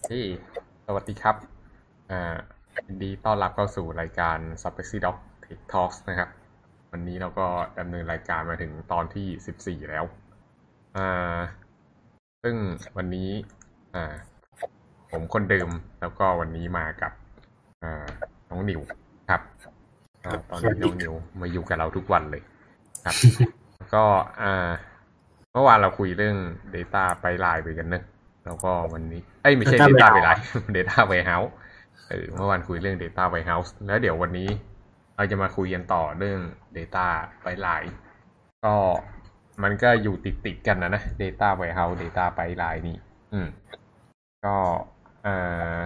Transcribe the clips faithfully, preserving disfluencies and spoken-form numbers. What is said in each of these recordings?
ที่สวัสดีครับอ่ายินดีต้อนรับเข้าสู่รายการ Space Doc Tech Talks นะครับวันนี้เราก็ดำเนินรายการมาถึงตอนที่สิบสี่แล้วอ่าซึ่งวันนี้อ่าผมคนเดิมแล้วก็วันนี้มากับอ่าน้องนิวครับอ่าตอนนี้น้องนิวมาอยู่กับเราทุกวันเลยครับ ก็อ่าเมื่อวานเราคุยเรื่อง Data Pipeline ไปกันเนอะแล้วก็วันนี้เอ้ยไม่ใช่ Data Pipeline Data Warehouse เออเมื่อวานคุยเรื่อง Data Warehouse แล้วเดี๋ยววันนี้เราจะมาคุยกันต่อเรื่อง Data Pipeline ก็มันก็อยู่ติดๆกันนะนะ Data Warehouse Data Pipeline นี่อืมก็เอ่อ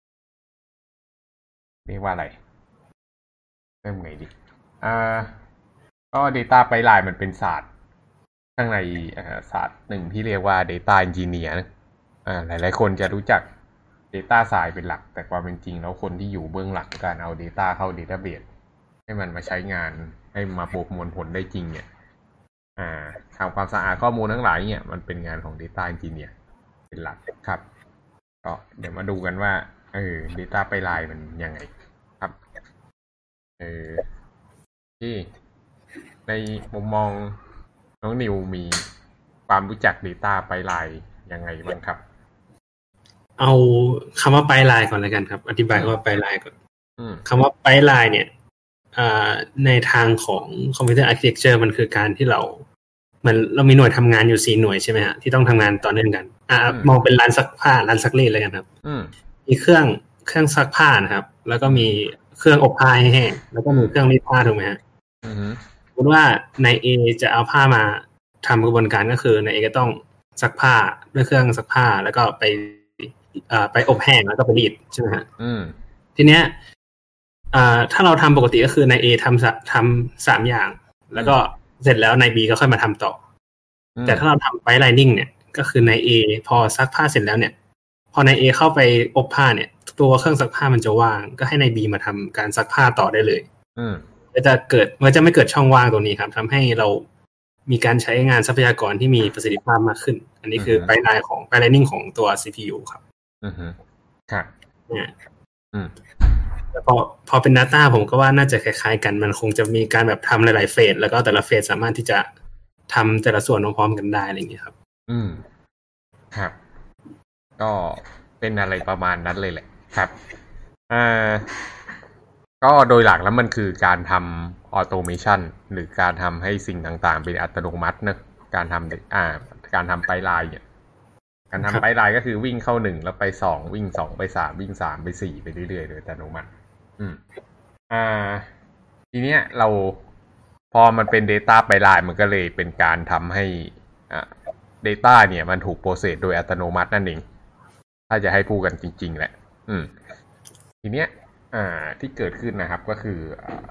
เรียกว่าอะไรเริ่มไงดีอ่าก็ Data Pipeline มันเป็นศาสตร์ข้างในศาสตร์หนึ่งที่เรียกว่า Data Engineer นะอ่าหลายๆคนจะรู้จัก Data Science เป็นหลักแต่ความเป็นจริงแล้วคนที่อยู่เบื้องหลังการเอา Data เข้า Database ให้มันมาใช้งานให้มาประมวลผลได้จริงเนี่ยอ่าทำความสะอาดข้อมูลทั้งหลายเนี่ยมันเป็นงานของ Data Engineer เป็นหลักครับก็เดี๋ยวมาดูกันว่าเออ Data Pipeline มันยังไงครับเออที่ในมุมมองน้องนิวมีความรู้จัก Data Pipeline ยังไงบ้างครับเอาคำว่า Pipeline ก่อนเลยกันครับอธิบายว่า Pipeline ก่อนคำว่า Pipeline เนี่ยในทางของ Computer Architecture มันคือการที่เรามันเรามีหน่วยทำงานอยู่สี่หน่วยใช่ไหมฮะที่ต้องทำงานต่อเนื่องกันอ่ามองเป็นร้านซักผ้าร้านซักรีดเลยกันครับมีเครื่องเครื่องซักผ้านะครับแล้วก็มีเครื่องอบผ้าให้แห้งแล้วก็มีเครื่องรีดผ้าถูกไหมฮะสมมติว่านาย A จะเอาผ้ามาทำกระบวนการก็คือนาย A ก็ต้องซักผ้าด้วยเครื่องซักผ้าแล้วก็ไปไปอบแห้งแล้วก็ไปรีดใช่ไหมฮะทีเนี้ยถ้าเราทำปกติก็คือนาย A ทำทำสามอย่างแล้วก็เสร็จแล้วนาย B ก็ค่อยมาทำต่อแต่ถ้าเราทำ Pipelining เนี่ยก็คือนาย A พอซักผ้าเสร็จแล้วเนี่ยพอนาย A เข้าไปอบผ้าเนี่ยตัวเครื่องซักผ้ามันจะว่างก็ให้นาย B มาทำการซักผ้าต่อได้เลยก็จะเกิดมันจะไม่เกิดช่องว่างตรงนี้ครับทำให้เรามีการใช้งานทรัพยากรที่มีประสิทธิภาพมากขึ้นอันนี้คือ Pipeline ของ Pipelining ของตัว ซี พี ยู ครับอือฮึครับเนี่ยอืมพอพอเป็น data ผมก็ว่าน่าจะคล้ายๆกันมันคงจะมีการแบบทำหลายๆเฟสแล้วก็แต่ละเฟสสามารถที่จะทำแต่ละส่วนพร้อมๆกันได้อะไรอย่างเงี้ยครับอืมครับก็เป็นอะไรประมาณนั้นเลยแหละครับอ่าก็โดยหลักแล้วมันคือการทำออโตเมชันหรือการทำให้สิ่งต่างๆเป็นอัตโนมัตินะการทำอ่าการทำไพป์ไลน์เนี่ยการทำไพป์ไลน์ก็คือวิ่งเข้าหนึ่งแล้วไปสองวิ่งสองไปสามวิ่งสามไปสี่ไปเรื่อยๆโดยอัตโนมัติอืมอ่าทีเนี้ยเราพอมันเป็น data ไปไลน์มันก็เลยเป็นการทำให้อ่า data เนี่ยมันถูกโปรเซสโดยอัตโนมัตินั่นเองถ้าจะให้พูดกันจริงๆแหละอืมทีเนี้ยอ่าที่เกิดขึ้นนะครับก็คือ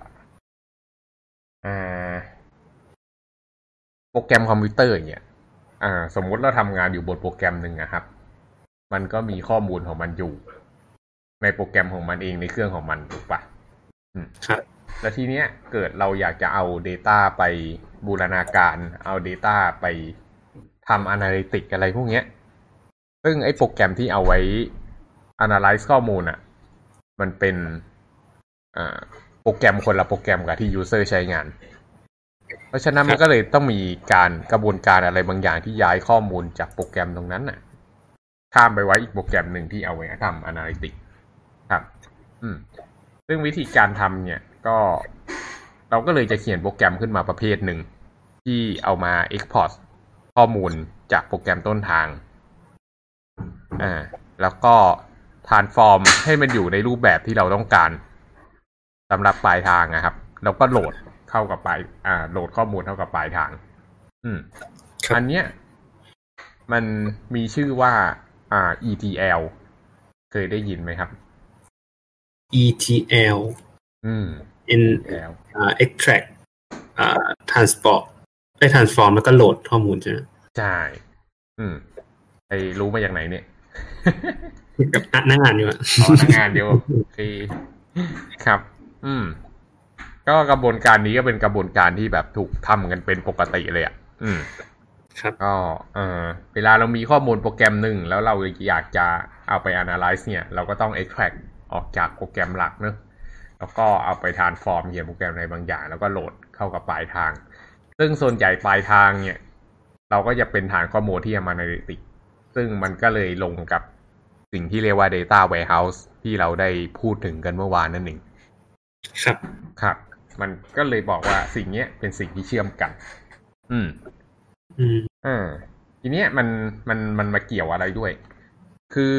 อ่าโปรแกรมคอมพิวเตอร์เนี่ยอ่าสมมุติเราทำงานอยู่บนโปรแกรมหนึ่งนะครับมันก็มีข้อมูลของมันอยู่ในโปรแกรมของมันเองในเครื่องของมันถูกปะอืมครับแล้วทีเนี้ยเกิดเราอยากจะเอา data ไปบูรณาการเอา data ไปทำ analytics อะไรพวกเนี้ยซึ่งไอ้โปรแกรมที่เอาไว้ analyze ข้อมูลอ่ะมันเป็นอ่าโปรแกรมคนละโปรแกรมกับที่ user ใช้งานเพราะฉะนั้นมันก็เลยต้องมีการกระบวนการอะไรบางอย่างที่ย้ายข้อมูลจากโปรแกรมตรงนั้นน่ะข้ามไปไว้อีกโปรแกรมหนึ่งที่เอาไว้ทำ analytics ครับอืมซึ่งวิธีการทำเนี่ยก็เราก็เลยจะเขียนโปรแกรมขึ้นมาประเภทหนึ่งที่เอามา export ข้อมูลจากโปรแกรมต้นทางอ่าแล้วก็ transform ให้มันอยู่ในรูปแบบที่เราต้องการสำหรับปลายทางนะครับแล้วก็โหลดเข้ากับปลายอ่าโหลดข้อมูลเข้ากับปลายทางอืมอันเนี้ยมันมีชื่อว่าอ่า อี ที แอล เคยได้ยินไหมครับอี ที แอลอืม in อ่า extract อ่า transport ได้ transform แล้วก็โหลดข้อมูลใช่ไหมใช่อืมไอ้รู้มาจากไหนเนี่ยกับนั่งอ่านอยู่อ่ะอ๋อนั่งอ่านอยู่โอเคครับอืมก็กระบวนการนี้ก็เป็นกระบวนการที่แบบถูกทำกันเป็นปกติเลยอ่ะอืมครับก็เออเวลาเรามีข้อมูลโปรแกรมหนึ่งแล้วเราอยากจะเอาไป analyze เนี่ยเราก็ต้อง extract ออกจากโปรแกรมหลักเนอะแล้วก็เอาไป transform เขียนโปรแกรมอะไรบางอย่างแล้วก็โหลดเข้ากับปลายทางซึ่งส่วนใหญ่ปลายทางเนี่ยเราก็จะเป็นฐานข้อมูลที่ analytics ซึ่งมันก็เลยลงกับสิ่งที่เรียกว่า data warehouse ที่เราได้พูดถึงกันเมื่อวานนั่นเองครับครับมันก็เลยบอกว่าสิ่งนี้เป็นสิ่งที่เชื่อมกันอืมอืมอ่าทีเนี้ยมันมันมันมาเกี่ยวอะไรด้วยคือ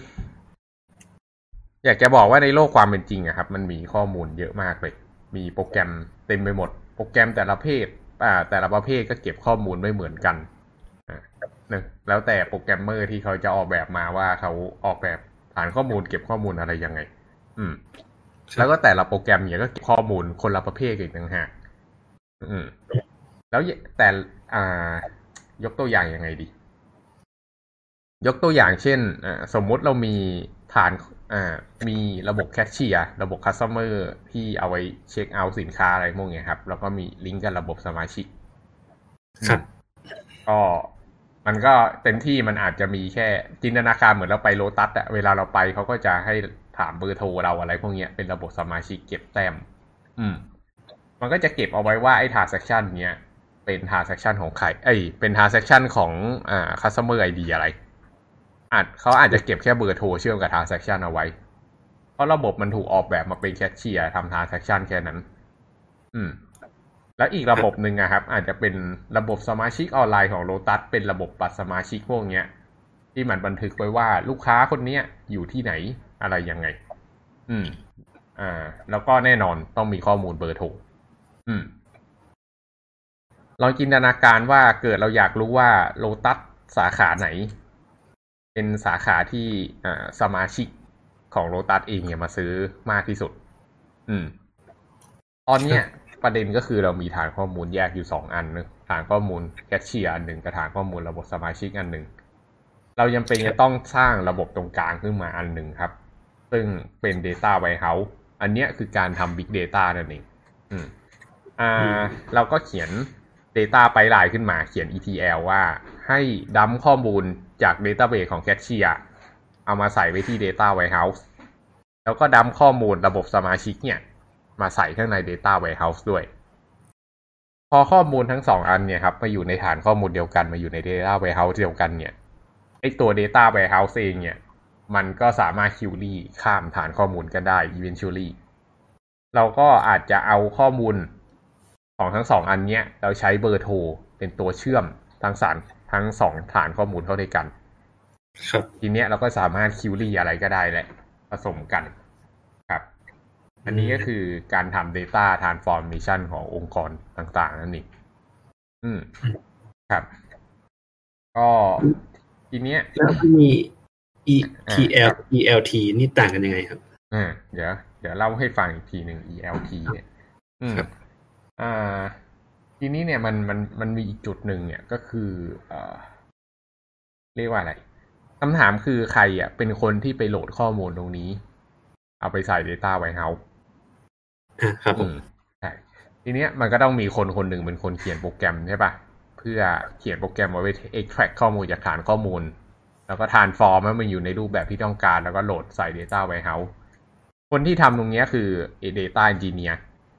อยากจะบอกว่าในโลกความเป็นจริงอะครับมันมีข้อมูลเยอะมากเลยมีโปรแกรมเต็มไปหมดโปรแกรมแต่ละเพศอ่าแต่ละประเภทก็เก็บข้อมูลไม่เหมือนกันอ่านะแล้วแต่โปรแกรมเมอร์ที่เขาจะออกแบบมาว่าเขาออกแบบฐานข้อมูลเก็บข้อมูลอะไรยังไงอืมแล้วก็แต่ละโปรแกรมเนี่ยก็เก็บข้อมูลคนละประเภทอีกต่างหากอืมแล้วแต่อ่ายกตัวอย่างยังไงดียกตัวอย่างเช่นอ่าสมมุติเรามีฐานอ่ามีระบบแคชเชียร์ระบบคัสเตอร์ที่เอาไว้เช็คเอาท์สินค้าอะไรพวกนี้ครับแล้วก็มีลิงก์กับระบบสมาชิกครับก็มันก็เต็มที่มันอาจจะมีแค่จินตนาการเหมือนเราไปโลตัสอะเวลาเราไปเขาก็จะให้ถามเบอร์โทรเราอะไรพวกนี้เป็นระบบสมาชิกเก็บแต้มอืมมันก็จะเก็บเอาไว้ว่าไอ้ transaction เนี้ยเป็น transaction ของใครเอ้ยเป็น transaction ของอ่า customer ไอ ดี อะไรอาจเขาอาจจะเก็บแค่เบอร์โทรเชื่อมกับ transaction เอาไว้เพราะระบบมันถูกออกแบบมาเป็นแคชเชียร์ทำ transaction แค่นั้นอืมแล้วอีกระบบหนึ่งอะครับอาจจะเป็นระบบสมาชิกออนไลน์ของโลตัสเป็นระบบบัตรสมาชิกพวกเนี้ยที่มันบันทึกไว้ว่าลูกค้าคนเนี้ยอยู่ที่ไหนอะไรยังไงอืมอ่าแล้วก็แน่นอนต้องมีข้อมูลเบอร์โทรอืมลองจินตนาการว่าเกิดเราอยากรู้ว่าโลตัสสาขาไหนเป็นสาขาที่อ่าสมาชิกของโลตัสเองเนี่ยมาซื้อมากที่สุดอืมตอนเนี้ยประเด็นก็คือเรามีฐานข้อมูลแยกอยู่สองอันนึงฐานข้อมูลแคชเชียร์อันหนึ่งกับฐานข้อมูลระบบสมาชิกอันหนึ่งเรายังเป็นจะต้องสร้างระบบตรงกลางขึ้นมาอันหนึ่งครับซึ่งเป็น data warehouse อันเนี้ยคือการทำ big data นั่นเองอืมอ่าเราก็เขียน data ไปไลน์ขึ้นมาเขียน อี ที แอล ว่าให้ดัมข้อมูลจาก database ของแคชเชียร์เอามาใส่ไว้ที่ data warehouse แล้วก็ดัมข้อมูลระบบสมาชิกเนี่ยมาใส่ข้างใน data warehouse ด้วยพอข้อมูลทั้งสองอันเนี่ยครับมาอยู่ในฐานข้อมูลเดียวกันมาอยู่ใน data warehouse เดียวกันเนี่ยไอตัว data warehouse เองเนี่ยมันก็สามารถ query ข้ามฐานข้อมูลกันได้ eventually เราก็อาจจะเอาข้อมูลของทั้งสองอันเนี้ยเราใช้เบอร์โทรเป็นตัวเชื่อมทั้งสารทั้งสองฐานข้อมูลเข้าด้วยกันครับทีเนี้ยเราก็สามารถ query อะไรก็ได้แหละผสมกันครับอันนี้ก็คือการทำ data transformation ขององค์กรต่างๆนั่นเองอืมครับก็ทีเนี้ยแล้วมี อี ที แอล อี แอล ที นี่ต่างกันยังไงครับอ่าเดี๋ยวเดี๋ยวเล่าให้ฟังอีกทีหนึ่ง อี แอล ที เนี่ยอืมอ่าทีนี้เนี่ยมันมันมันมีอีกจุดหนึ่งเนี่ยก็คือเอ่อเรียกว่าอะไรคำถามคือใครอ่ะเป็นคนที่ไปโหลดข้อมูลตรงนี้เอาไปใส่ data warehouse อ่าครับผมใช่ทีเนี้ยมันก็ต้องมีคนคนหนึ่งเป็นคนเขียนโปรแกรมใช่ป่ะเพื่อเขียนโปรแกรมเอาไว้ extract ข้อมูลจากฐานข้อมูลแล้วก็ transform ให้มันอยู่ในรูปแบบที่ต้องการแล้วก็โหลดใส่ data warehouse คนที่ทำตรงนี้คือ data engineer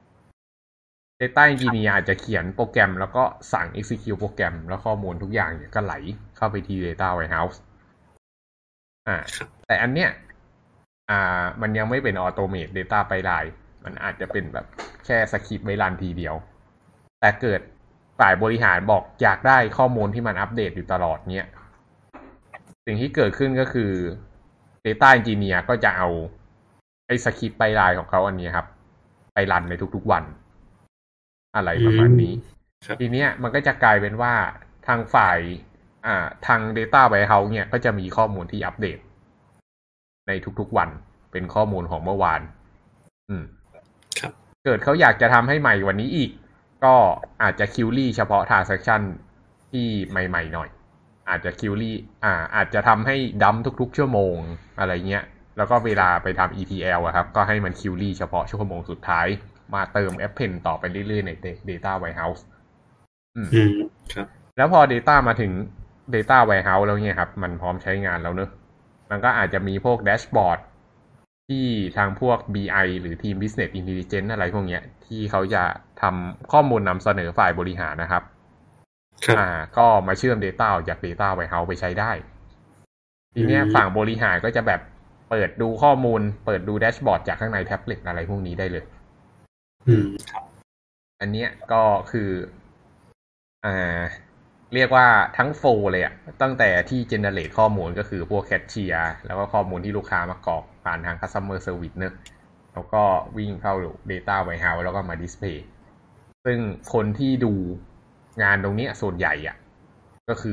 data engineer อาจจะเขียนโปรแกรมแล้วก็สั่ง execute โปรแกรมแล้วข้อมูลทุกอย่างเนี่ยก็ไหลเข้าไปที่ data warehouse อ่าแต่อันเนี้ยอ่ามันยังไม่เป็น automate data pipeline มันอาจจะเป็นแบบแค่สคริปต์ไว้รันทีเดียวแต่เกิดฝ่ายบริหารบอกอยากได้ข้อมูลที่มันอัปเดตอยู่ตลอดเนี้ยสิ่งที่เกิดขึ้นก็คือ data engineer ก็จะเอาไอ้สคริปต์ไพป์ไลน์ของเขาอันนี้ครับไปรันในทุกๆวันอะไรประมาณนี้ทีเนี้ยมันก็จะกลายเป็นว่าทางฝ่ายอ่าทาง data warehouse เนี่ยก็จะมีข้อมูลที่อัปเดตในทุกๆวันเป็นข้อมูลของเมื่อวานอืมครับเกิดเขาอยากจะทำให้ใหม่กว่านี้อีกก็อาจจะคิวรี่เฉพาะ transaction ที่ใหม่ๆหน่อยอาจจะคิวรี่อ่าอาจจะทำให้ดัมทุกๆชั่วโมงอะไรเงี้ยแล้วก็เวลาไปทำ อี ที แอล อะครับก็ให้มันคิวรี่เฉพาะชั่วโมงสุดท้ายมาเติม append ต่อไปเรื่อยๆใน data warehouse อืมครับแล้วพอ data มาถึง data warehouse แล้วเนี่ยครับมันพร้อมใช้งานแล้วเนอะมันก็อาจจะมีพวกแดชบอร์ดที่ทางพวก บี ไอ หรือทีม Business Intelligence อะไรพวกเนี้ยที่เขาจะทำข้อมูลนำเสนอฝ่ายบริหารนะครับอ่าก็มาเชื่อม data ออกจาก data warehouse ไปใช้ได้ทีเนี้ยฝั่งบริหารก็จะแบบเปิดดูข้อมูลเปิดดูแดชบอร์ดจากข้างในแท็บเล็ตอะไรพวกนี้ได้เลยอืมครับอันเนี้ยก็คืออ่าเรียกว่าทั้งโฟลเลยอะตั้งแต่ที่เจเนเรตข้อมูลก็คือพวกแคชเชียร์แล้วก็ข้อมูลที่ลูกค้ามากรอกผ่านทาง customer service เนอะแล้วก็วิ่งเข้า data warehouse แล้วก็มา display ซึ่งคนที่ดูงานตรงนี้ส่วนใหญ่อะก็คือ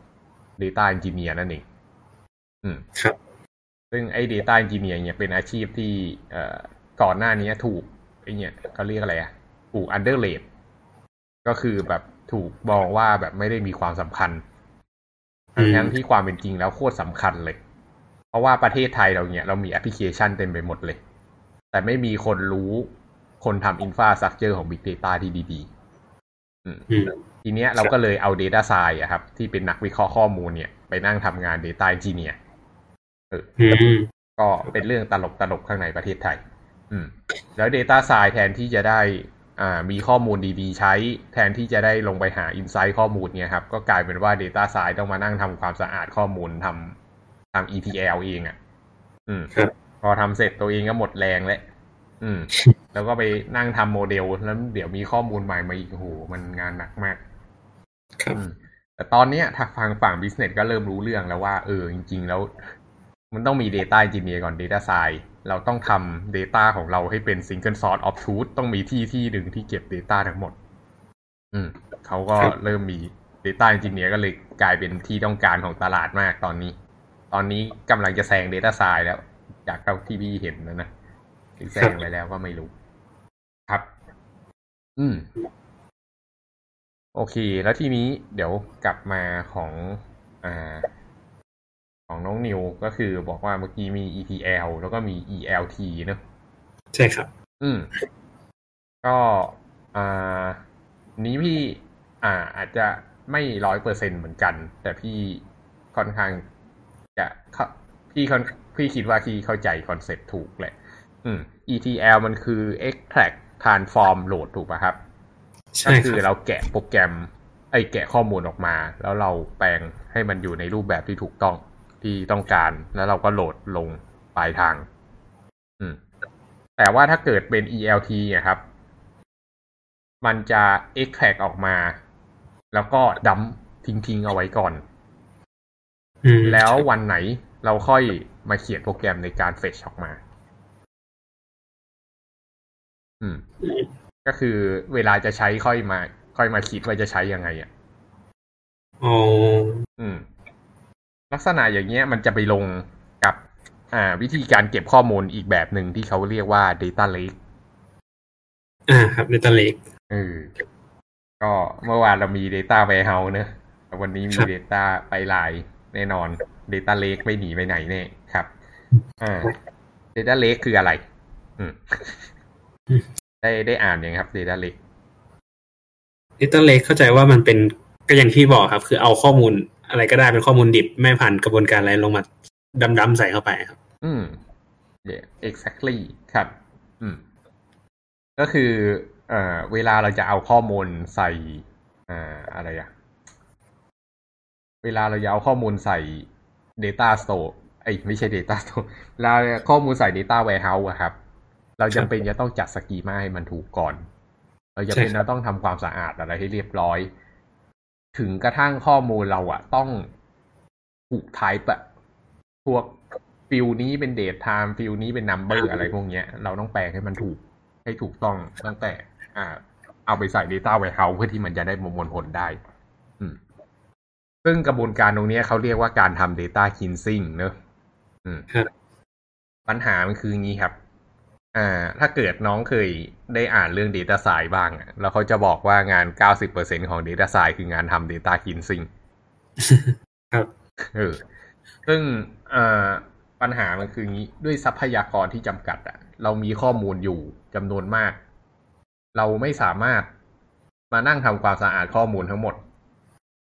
data engineer นั่นเองอืมครับซึ่งไอ้ data engineer เนี่ยเป็นอาชีพที่เอ่อก่อนหน้านี้ถูกไอ้เนี่ยเขาเรียกอะไรอะถูก underrate ก็คือแบบถูกมองว่าแบบไม่ได้มีความสำคัญทั้งที่ความเป็นจริงแล้วโคตรสำคัญเลยเพราะว่าประเทศไทยเราเนี่ยเรามีแอปพลิเคชันเต็มไปหมดเลยแต่ไม่มีคนรู้คนทำอินฟราสตรัคเจอร์ของ Big Data ที่ดีๆทีเนี้ยเราก็เลยเอา Data Science อะครับที่เป็นนักวิเคราะห์ข้อมูลเนี่ยไปนั่งทำงาน Data Engineer เออก็เป็นเรื่องตลกตลกข้างในประเทศไทยอืมแล้ว Data Science แทนที่จะได้อ่ามีข้อมูลดีๆใช้แทนที่จะได้ลงไปหา insight ข้อมูลเนี่ยครับก็กลายเป็นว่า Data Science ต้องมานั่งทำความสะอาดข้อมูลทำทำ อี ที แอล เองอ่ะอืมพอทำเสร็จตัวเองก็หมดแรงแล้วอืมแล้วก็ไปนั่งทำโมเดลแล้วเดี๋ยวมีข้อมูลใหม่มาอีกโอ้โหมันงานหนักมากครับแต่ตอนนี้ทางฝั่งฝั่ง business ก็เริ่มรู้เรื่องแล้วว่าเออจริงๆแล้วมันต้องมี data engineer ก่อน data science เราต้องทำ data ของเราให้เป็น single source of truth ต้องมีที่ที่หนึ่งที่เก็บ data ทั้งหมดอืมเขาก็เริ่มมี data engineer ก็เลยกลายเป็นที่ต้องการของตลาดมากตอนนี้ตอนนี้กำลังจะแซง data science แล้วจากเท่าที่พี่เห็นนะนะแซงไปแล้วก็ไม่รู้ครับอืมโอเคแล้วทีนี้เดี๋ยวกลับมาของอ่าของน้องนิวก็คือบอกว่าเมื่อกี้มี อี ที แอล แล้วก็มี อี แอล ที เนอะใช่ครับอืมก็อ่านี้พี่อ่าอาจจะไม่ร้อยเปอร์เซ็นต์เหมือนกันแต่พี่ค่อนข้างจะพี่ค่อนพี่คิดว่าพี่เข้าใจคอนเซ็ปต์ถูกแหละอืม อี ที แอล มันคือ extract transform load ถูกป่ะครับก็คือเราแกะโปรแกรมไอ้แกะข้อมูลออกมาแล้วเราแปลงให้มันอยู่ในรูปแบบที่ถูกต้องที่ต้องการแล้วเราก็โหลดลงปลายทางอืมแต่ว่าถ้าเกิดเป็น อี แอล ที อ่ะครับมันจะ extract ออกมาแล้วก็ดัมทิ้งๆเอาไว้ก่อนแล้ววันไหนเราค่อยมาเขียนโปรแกรมในการ fetch ออกมาอืมก็คือเวลาจะใช้ค่อยมาค่อยมาคิดว่าจะใช้ยังไงอ่ะอ๋ออืมลักษณะอย่างเงี้ยมันจะไปลงกับอ่าวิธีการเก็บข้อมูลอีกแบบหนึ่งที่เขาเรียกว่า data lake อ่าครับ data lake เออก็เมื่อวานเรามี data warehouse เนอะวันนี้มี data ไปไลน์แน่นอน data lake ไม่หนีไปไหนแน่ครับอ่า data lake คืออะไรอืมได้ได้อ่านยังครับ data lake data lake เข้าใจว่ามันเป็นก็อย่างที่บอกครับคือเอาข้อมูลอะไรก็ได้เป็นข้อมูลดิบไม่ผ่านกระบวนการอะไรลงมาดำๆใส่เข้าไปครับอืม yeah exactly ครับอืมก็คือเอ่อเวลาเราจะเอาข้อมูลใส่อ่าอะไรอะเวลาเราจะเอาข้อมูลใส่ data store ไอ้ไม่ใช่ data store เราข้อมูลใส่ data warehouse อะครับเราจำเป็นจะต้องจัดสกีมาให้มันถูกก่อนเราจำเป็นจะต้องทำความสะอาดอะไรให้เรียบร้อยถึงกระทั่งข้อมูลเราอะต้องถูก type อะพวกฟิลนี้เป็น date time ฟิลนี้เป็น number อะไรพวกเนี้ยเราต้องแปลงให้มันถูกให้ถูกต้องตั้งแต่อ่าเอาไปใส่ data warehouse เพื่อที่มันจะได้ประมวลผลได้อืมซึ่งกระบวนการตรงนี้เขาเรียกว่าการทำ data cleansing เนอะอืมปัญหามันคืองี้ครับอ่าถ้าเกิดน้องเคยได้อ่านเรื่อง data science บ้างแล้วเขาจะบอกว่างาน เก้าสิบเปอร์เซ็นต์ ของ data science คืองานทำ data cleansing ครับเออซึ่งอ่าปัญหามันคืองี้ด้วยทรัพยากรที่จำกัดอ่ะเรามีข้อมูลอยู่จำนวนมากเราไม่สามารถมานั่งทำความสะอาดข้อมูลทั้งหมด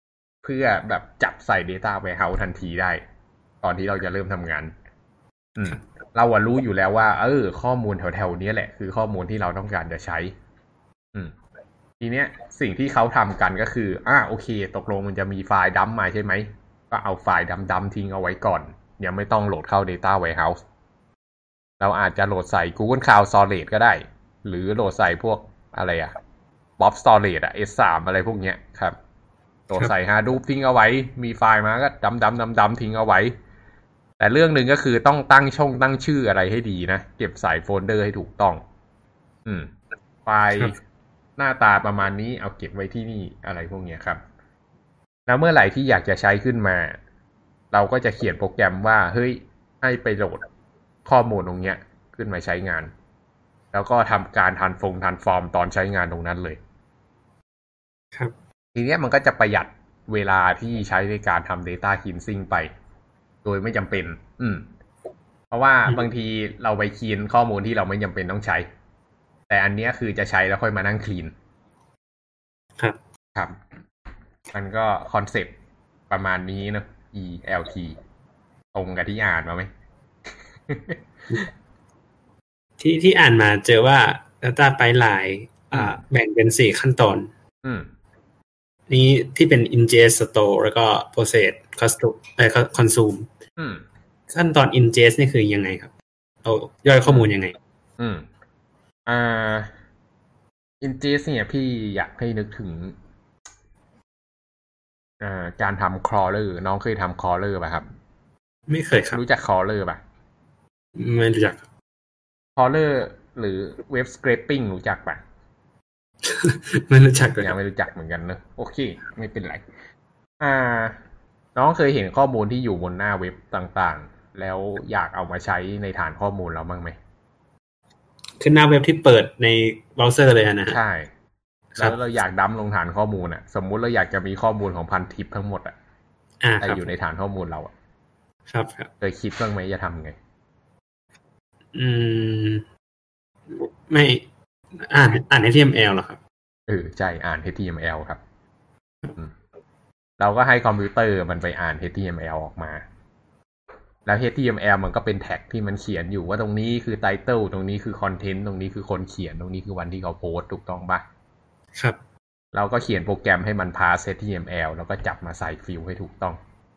เพื่อแบบจับใส่ Data Warehouse ทันทีได้ตอนที่เราจะเริ่มทำงานอืมเราอะรู้อยู่แล้วว่าเออข้อมูลแถวๆนี้แหละคือข้อมูลที่เราต้องการจะใช้อืมทีเนี้ยสิ่งที่เขาทำกันก็คืออ่าโอเคตกลงมันจะมีไฟล์ดัมมาใช่ไหมก็เอาไฟล์ดัมๆทิ้งเอาไว้ก่อนยังไม่ต้องโหลดเข้า Data Warehouse เราอาจจะโหลดใส่ Google Cloud Storage ก็ได้หรือโหลดใส่พวกอะไรอะ Blob Storage อะ เอส ทรี อะไรพวกเนี้ยครับโหลดใส่ Hadoop ทิ้งเอาไว้มีไฟล์มาก็ดัมดัมดัมดัมทิ้งเอาไว้แต่เรื่องหนึ่งก็คือต้องตั้งช่องตั้งชื่ออะไรให้ดีนะเก็บใส่โฟลเดอร์ให้ถูกต้องอืมไฟล์หน้าตาประมาณนี้เอาเก็บไว้ที่นี่อะไรพวกเนี้ยครับแล้วเมื่อไหร่ที่อยากจะใช้ขึ้นมาเราก็จะเขียนโปรแกรมว่าเฮ้ยให้ไปโหลดข้อมูลตรงเนี้ยขึ้นมาใช้งานแล้วก็ทำการทันฟงทันฟอร์มตอนใช้งานตรงนั้นเลยครับทีเนี้ยมันก็จะประหยัดเวลาที่ใช้ในการทำ data cleansing ไปโดยไม่จำเป็นอืมเพราะว่าบางทีเราไปคีนข้อมูลที่เราไม่จำเป็นต้องใช้แต่อันเนี้ยคือจะใช้แล้วค่อยมานั่งคลีนครับครับมันก็คอนเซปต์ประมาณนี้เนอะ อี แอล ที ตรงกับที่อ่านมาไหมที่ที่อ่านมาเจอว่า Data Pipeline อ่าแบ่งเป็นสี่ขั้นตอนอืมนี้ที่เป็น ingest store แล้วก็ process custom เอ่อ consume อืมขั้นตอน ingest นี่คือยังไงครับเอาย่อยข้อมูลยังไงอืมอ่า ingest เนี่ยพี่อยากให้นึกถึงอ่าการทำ crawler น้องเคยทำ crawler ป่ะครับไม่เคยครับรู้จัก crawler ป่ะไม่รู้จัก crawler หรือ web scraping รู้จักป่ะไม่รู้จักเลยยังไม่รู้จักเหมือนกันเนอะโอเคไม่เป็นไรอ่าน้องเคยเห็นข้อมูลที่อยู่บนหน้าเว็บต่างๆแล้วอยากเอามาใช้ในฐานข้อมูลเราบ้างไหมคือหน้าเว็บที่เปิดในเบราว์เซอร์เลยนะฮะใช่แล้วเราอยากดั้มลงฐานข้อมูลอ่ะสมมุติเราอยากจะมีข้อมูลของพันทิปทั้งหมดอ่ะแต่อยู่ในฐานข้อมูลเราอ่ะครับครับเคยคิดบ้างไหมจะทำไงอืมไม่อ่านอ่าน เอช ที เอ็ม แอล เหรอครับเออใช่อ่าน เอช ที เอ็ม แอล ครับเราก็ให้คอมพิวเตอร์มันไปอ่าน เอช ที เอ็ม แอล ออกมาแล้ว เอช ที เอ็ม แอล มันก็เป็นแท็กที่มันเขียนอยู่ว่าตรงนี้คือไทเติลตรงนี้คือคอนเทนต์ตรงนี้คือคนเขียนตรงนี้คือวันที่เขาโพสต์ถูกต้องปะครับเราก็เขียนโปรแกรมให้มันพาส เอช ที เอ็ม แอล แล้วก็จับมาใส่ฟิลให้ถูกต้อง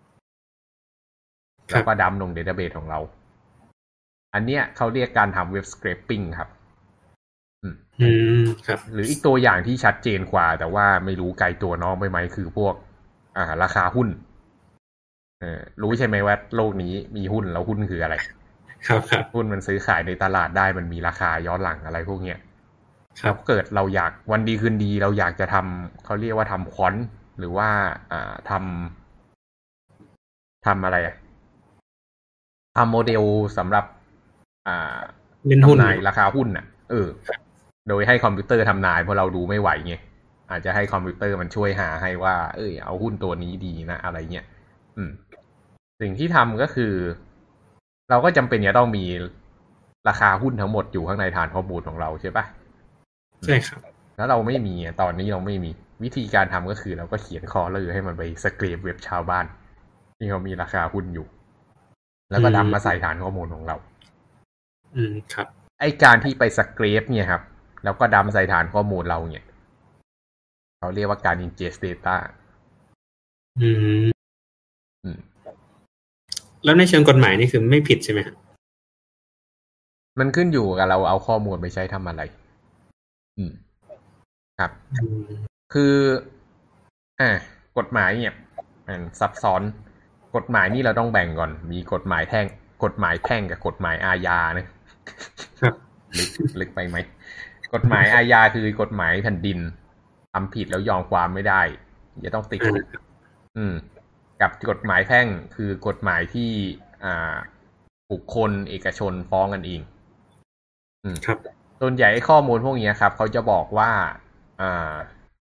แล้วก็ดัมลงเดต้าเบสของเราอันเนี้ยเขาเรียกการทำเว็บสคริปปิ้งครับอืมครับหรืออีกตัวอย่างที่ชัดเจนกว่าแต่ว่าไม่รู้ไกลตัวน้องไปไหมคือพวกอ่าราคาหุ้นเออรู้ใช่ไหมว่าโลกนี้มีหุ้นแล้วหุ้นคืออะไรครับครับหุ้นมันซื้อขายในตลาดได้มันมีราคาย้อนหลังอะไรพวกเนี้ยครับเกิดเราอยากวันดีคืนดีเราอยากจะทำเขาเรียกว่าทำควอนหรือว่าอ่าทำทำอะไรอะทำโมเดลสำหรับอ่าเล่นหุ้นทำนายราคาหุ้นอ่ะเออโดยให้คอมพิวเตอร์ทำนายเพราะเราดูไม่ไหวไงอาจจะให้คอมพิวเตอร์มันช่วยหาให้ว่าเอ้ยเอาหุ้นตัวนี้ดีนะอะไรเงี้ยอืมสิ่งที่ทำก็คือเราก็จำเป็นจะต้องมีราคาหุ้นทั้งหมดอยู่ข้างในฐานข้อมูลของเราใช่ปะใช่ครับแล้วเราไม่มีตอนนี้เราไม่มีวิธีการทำก็คือเราก็เขียนคอเลอร์ให้มันไปสเกรปเว็บชาวบ้านที่เขามีราคาหุ้นอยู่แล้วก็ดัมมาใส่ฐานข้อมูลของเราอืมครับไอการที่ไปสเกรปเนี่ยครับแล้วก็ดัมใส่ฐานข้อมูลเราเนี่ยเขาเรียกว่าการ ingest data อืมอืมแล้วในเชิงกฎหมายนี่คือไม่ผิดใช่ไหมครับมันขึ้นอยู่กับเราเอาข้อมูลไปใช้ทำอะไรอืมครับคืออ่ากฎหมายเนี่ยมันซับซ้อนกฎหมายนี่เราต้องแบ่งก่อนมีกฎหมายแพ่งกฎหมายแพ่งกับกฎหมายอาญานะครับลึกลึกไปไหมกฎหมายอาญาคือกฎหมายแผ่นดินทำผิดแล้วยอมความไม่ได้จะต้องติดคุกอืมกับกฎหมายแพ่งคือกฎหมายที่อ่าบุคคลเอกชนฟ้องกันเองอืมครับส่วนใหญ่ข้อมูลพวกนี้ครับเขาจะบอกว่าอ่า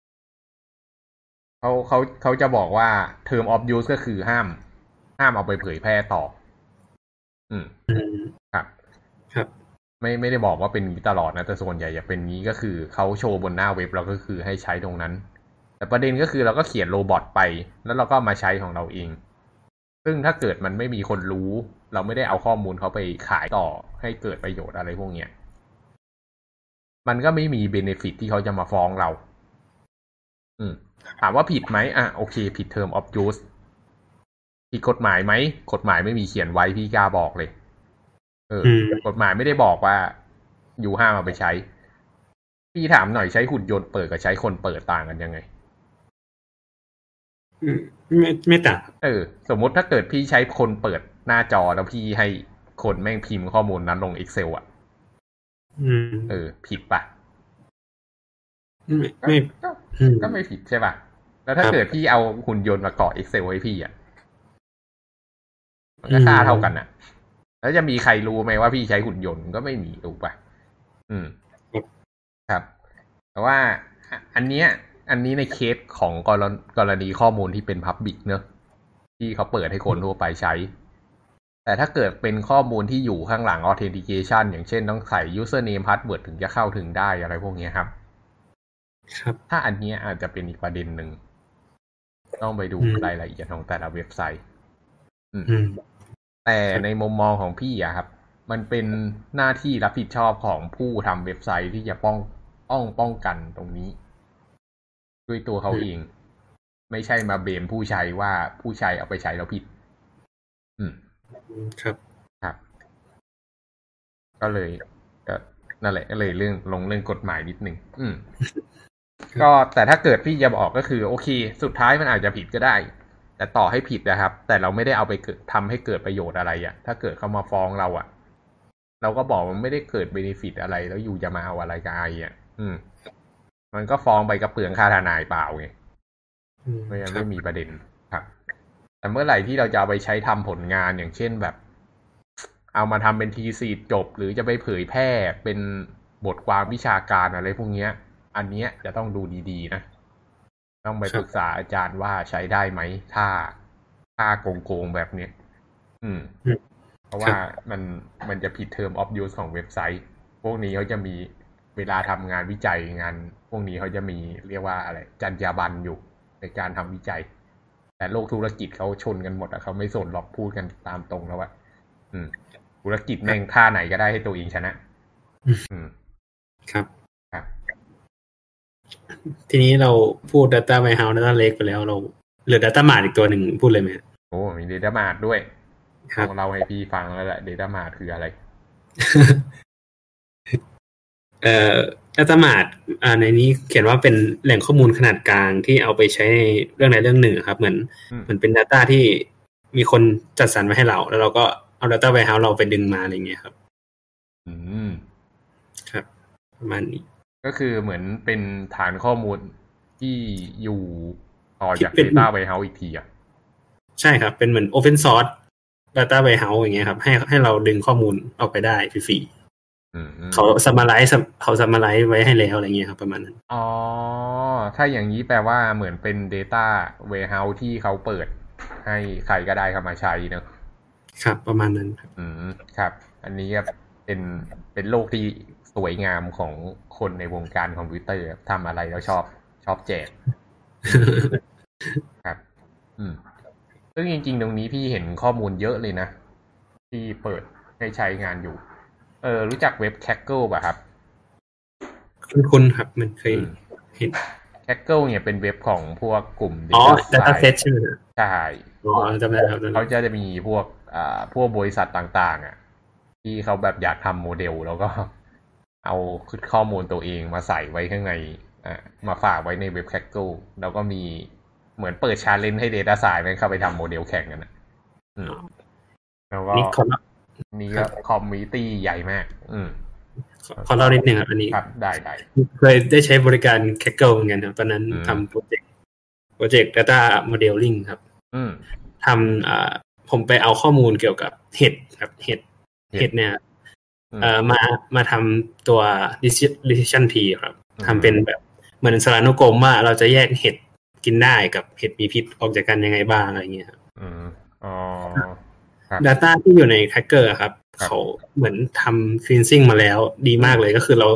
เขาเขาเขาจะบอกว่า term of use ก็คือห้ามห้ามเอาไปเผยแพร่ต่ออืมครับครับไม่ไม่ได้บอกว่าเป็นนี้ตลอดนะแต่ส่วนใหญ่จะเป็นนี้ก็คือเขาโชว์บนหน้าเว็บเราก็คือให้ใช้ตรงนั้นแต่ประเด็นก็คือเราก็เขียนโรบอทไปแล้วเราก็มาใช้ของเราเองซึ่งถ้าเกิดมันไม่มีคนรู้เราไม่ได้เอาข้อมูลเขาไปขายต่อให้เกิดประโยชน์อะไรพวกเนี้ยมันก็ไม่มีเบเนฟิตที่เขาจะมาฟ้องเราอืมถามว่าผิดไหมอ่ะโอเคผิด term of use ผิดกฎหมายไหมกฎหมายไม่มีเขียนไว้พี่กล้าบอกเลยเออกฎหมายไม่ได้บอกว่าอยู่ห้ามเอาไปใช้พี่ถามหน่อยใช้หุ่นยนต์เปิดกับใช้คนเปิดต่างกันยังไงไม่ไม่ต่างเออสมมติถ้าเกิดพี่ใช้คนเปิดหน้าจอแล้วพี่ให้คนแม่งพิมพ์ข้อมูลนั้นลง Excel อ่ะเออผิดปะไม่ไม่ก็ก็ไม่ผิดใช่ป่ะแล้วถ้าเกิดพี่เอาหุ่นยนต์มาเกาะ Excel ให้พี่อ่ะมันก็ค่าเท่ากันอ่ะแล้วจะมีใครรู้ไหมว่าพี่ใช้หุ่นยนต์ก็ไม่มีถูกป่ะอืมครับแต่ว่าอันเนี้ยอันนี้ในเคสของกรณีกรณีข้อมูลที่เป็น Public เนอะที่เขาเปิดให้คนทั่วไปใช้แต่ถ้าเกิดเป็นข้อมูลที่อยู่ข้างหลัง Authentication อย่างเช่นต้องใส่ Username Password ถึงจะเข้าถึงได้อะไรพวกนี้ครับครับถ้าอันนี้อาจจะเป็นอีกประเด็นหนึ่งต้องไปดูรายละเอียดของแต่ละเว็บไซต์แต่ในมุมมองของพี่อะครับมันเป็นหน้าที่รับผิดชอบของผู้ทำเว็บไซต์ที่จะป้องป้องป้องกันตรงนี้ด้วยตัวเขาเองไม่ใช่มาเบมผู้ใช้ว่าผู้ใช้เอาไปใช้แล้วผิดอืมครับครับก็เลยก็นั่นแหละก็เลยเรื่องลงเรื่องกฎหมายนิดนึงอืมก็แต่ถ้าเกิดพี่จะบอกก็คือโอเคสุดท้ายมันอาจจะผิดก็ได้แต่ต่อให้ผิดนะครับแต่เราไม่ได้เอาไปทำให้เกิดประโยชน์อะไรอ่ะถ้าเกิดเขามาฟ้องเราอ่ะเราก็บอกมันไม่ได้เกิดเบเนฟิตอะไรแล้วอยู่จะมาเอาอะไรกับไอ้อ่ะอืมมันก็ฟ้องไปกับเปลืองค่าทนายเปล่าไงไม่ยังไม่มีประเด็นครับแต่เมื่อไหร่ที่เราจะเอาไปใช้ทำผลงานอย่างเช่นแบบเอามาทำเป็นทีซีจบหรือจะไปเผยแพร่เป็นบทความวิชาการอะไรพวกเนี้ยอันเนี้ยจะต้องดูดีๆนะต้องไปปรึกษาอาจารย์ว่าใช้ได้ไหมถ้าถ้าโกงๆแบบเนี้ยอืมเพราะว่ามันมันจะผิด term of use ของเว็บไซต์พวกนี้เขาจะมีเวลาทำงานวิจัยงานพวกนี้เขาจะมีเรียกว่าอะไรจรรยาบรรณอยู่ในการทำวิจัยแต่โลกธุรกิจเขาชนกันหมดอะเขาไม่สนหรอกพูดกันตามตรงแล้วว่าอืมธุรกิจแม่งท่าไหนก็ได้ให้ตัวเองชนะอืมครับครับทีนี้เราพูด Data Warehouse Data Lake ไปแล้วเราเหลือ Data Mart อีกตัวหนึ่งพูดเลยไหมโอ้มี Data Mart ด้วยของเราให้พี่ฟังแล้วแหละ Data Mart คืออะไรเอ่อ Data Mart อ่าในนี้เขียนว่าเป็นแหล่งข้อมูลขนาดกลางที่เอาไปใช้ในเรื่องใดเรื่องหนึ่งครับเหมือนเหมือนเป็น data ที่มีคนจัดสรรไว้ให้เราแล้วเราก็เอา Data Warehouse เราไปดึงมาอะไรอย่างเงี้ยครับอืมครับประมาณนี้ก็คือเหมือนเป็นฐานข้อมูลที่อยู่ต่อจาก Data Warehouse อีกทีอ่ะใช่ครับเป็นเหมือน Open Source Data Warehouse อย่างเงี้ยครับให้ให้เราดึงข้อมูลออกไปได้ฟรีๆเขา summarize เขา summarize ไว้ให้แล้วอะไรเงี้ยครับประมาณนั้นอ๋อถ้าอย่างนี้แปลว่าเหมือนเป็น Data Warehouse ที่เขาเปิดให้ใครก็ได้เข้ามาใช้เนอะครับประมาณนั้นครับอืมครับอันนี้ก็เป็นเป็นโลกที่สวยงามของคนในวงการคอมพิวเตอร์ทำอะไรแล้วชอบชอบแจกครับอืมซึ่งจริงๆตรงนี้พี่เห็นข้อมูลเยอะเลยนะที่เปิดให้ใช้งานอยู่เออรู้จักเว็บ Kaggle ป่ะครับคุ้นๆครับมันเคยเห็น Kaggle เนี่ยเป็นเว็บของพวกกลุ่มอ๋อ Dataset ใช่ไหมใช่อ๋อจำได้ครับเขาจะมีพวกอ่าพวกบริษัทต่างๆอ่ะที่เขาแบบอยากทำโมเดลแล้วก็เอาข้อมูลตัวเองมาใส่ไว้ข้างในอ่ามาฝากไว้ในเว็บ Kaggle แล้วก็มีเหมือนเปิด challenge ให้ Data Science เข้าไปทำโมเดลแข่งกันนะอืมแล้วก็นี่ก็คอมมูนิตี้ใหญ่มากอืมขอเล่านิดนึงครับอันนี้ครับได้ได้เคยได้ใช้บริการ Kaggle เหมือนกันครับตอนนั้นทำโปรเจกต์โปรเจกต์ Data Modeling ครับทำอ่าผมไปเอาข้อมูลเกี่ยวกับเห็ดครับเห็ดเห็ดเนี่ยเอ่อมามาทำตัว decision tree ครับทำเป็นแบบเหมือนสารานุกรมว่าเราจะแยกเห็ดกินได้กับเห็ดมีพิษออกจากกันยังไงบ้างอะไรเงี้ยครับอืมอ๋อ data ที่อยู่ใน Kaggle ครับเขาเหมือนทำ cleansing มาแล้วดีมากเลยก็คือเรา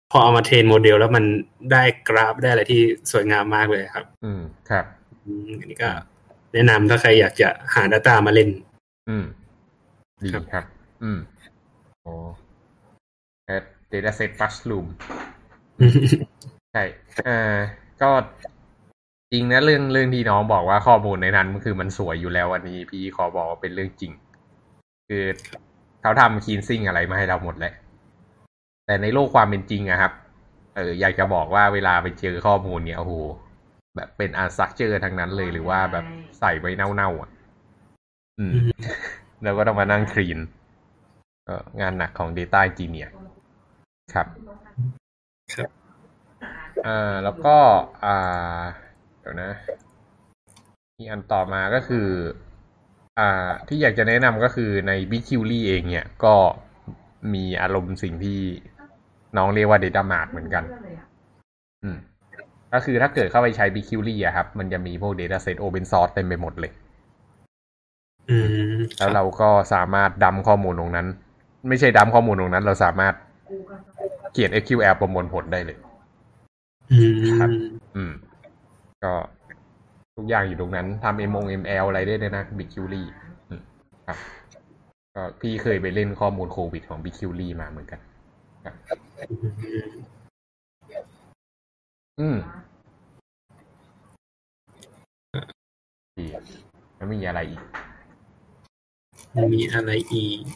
พอเอามาเทรนโมเดลแล้วมันได้กราฟได้อะไรที่สวยงามมากเลยครับอืมครับอันนี้ก็แนะนำถ้าใครอยากจะหา data มาเล่นอืมดีครับอืมโอ้เอ่อ dataset mushroom ใช่อ่าก็จริงนะเรื่องเรื่องที่น้องบอกว่าข้อมูลในนั้นมันคือมันสวยอยู่แล้วอันนี้พี่ขอบอกว่าเป็นเรื่องจริงคือเขาทำ cleansing อะไรมาให้เราหมดแล้วแต่ในโลกความเป็นจริงอะครับเอออยากจะบอกว่าเวลาไปเจอข้อมูลเนี่ยโอ้โหแบบเป็น unstructured ทั้งนั้นเลยหรือว่าแบบใส่ไว้เน่าๆอ่ะอืมแล้วก็ต้องมานั่งคลีนก็งานหนักของ data engineer ครับครับอ่าแล้วก็อ่าเดี๋ยวนะอีกอันต่อมาก็คืออ่าที่อยากจะแนะนำก็คือใน BigQuery เองเนี่ยก็มีอารมณ์สิ่งที่น้องเรียกว่า Data Mart เหมือนกันอืมก็คือถ้าเกิดเข้าไปใช้ BigQuery อะครับมันจะมีพวก Dataset Open Source เต็มไปหมดเลยอืมแล้วเราก็สามารถดัมข้อมูลตรงนั้นไม่ใช่ดัมข้อมูลตรงนั้นเราสามารถเขียน เอส คิว แอล ประมวลผลได้เลยอืมครับอืมก็ทุกอย่างอยู่ตรงนั้นทำ เอ็ม โอ เอ็ม แอล อะไรได้เลยนะ BigQuery อืมครับก็พี่เคยไปเล่นข้อมูลโควิดของ BigQuery มาเหมือนกันครับอืมดีแล้วมีอะไรอีกมีอะไรอีก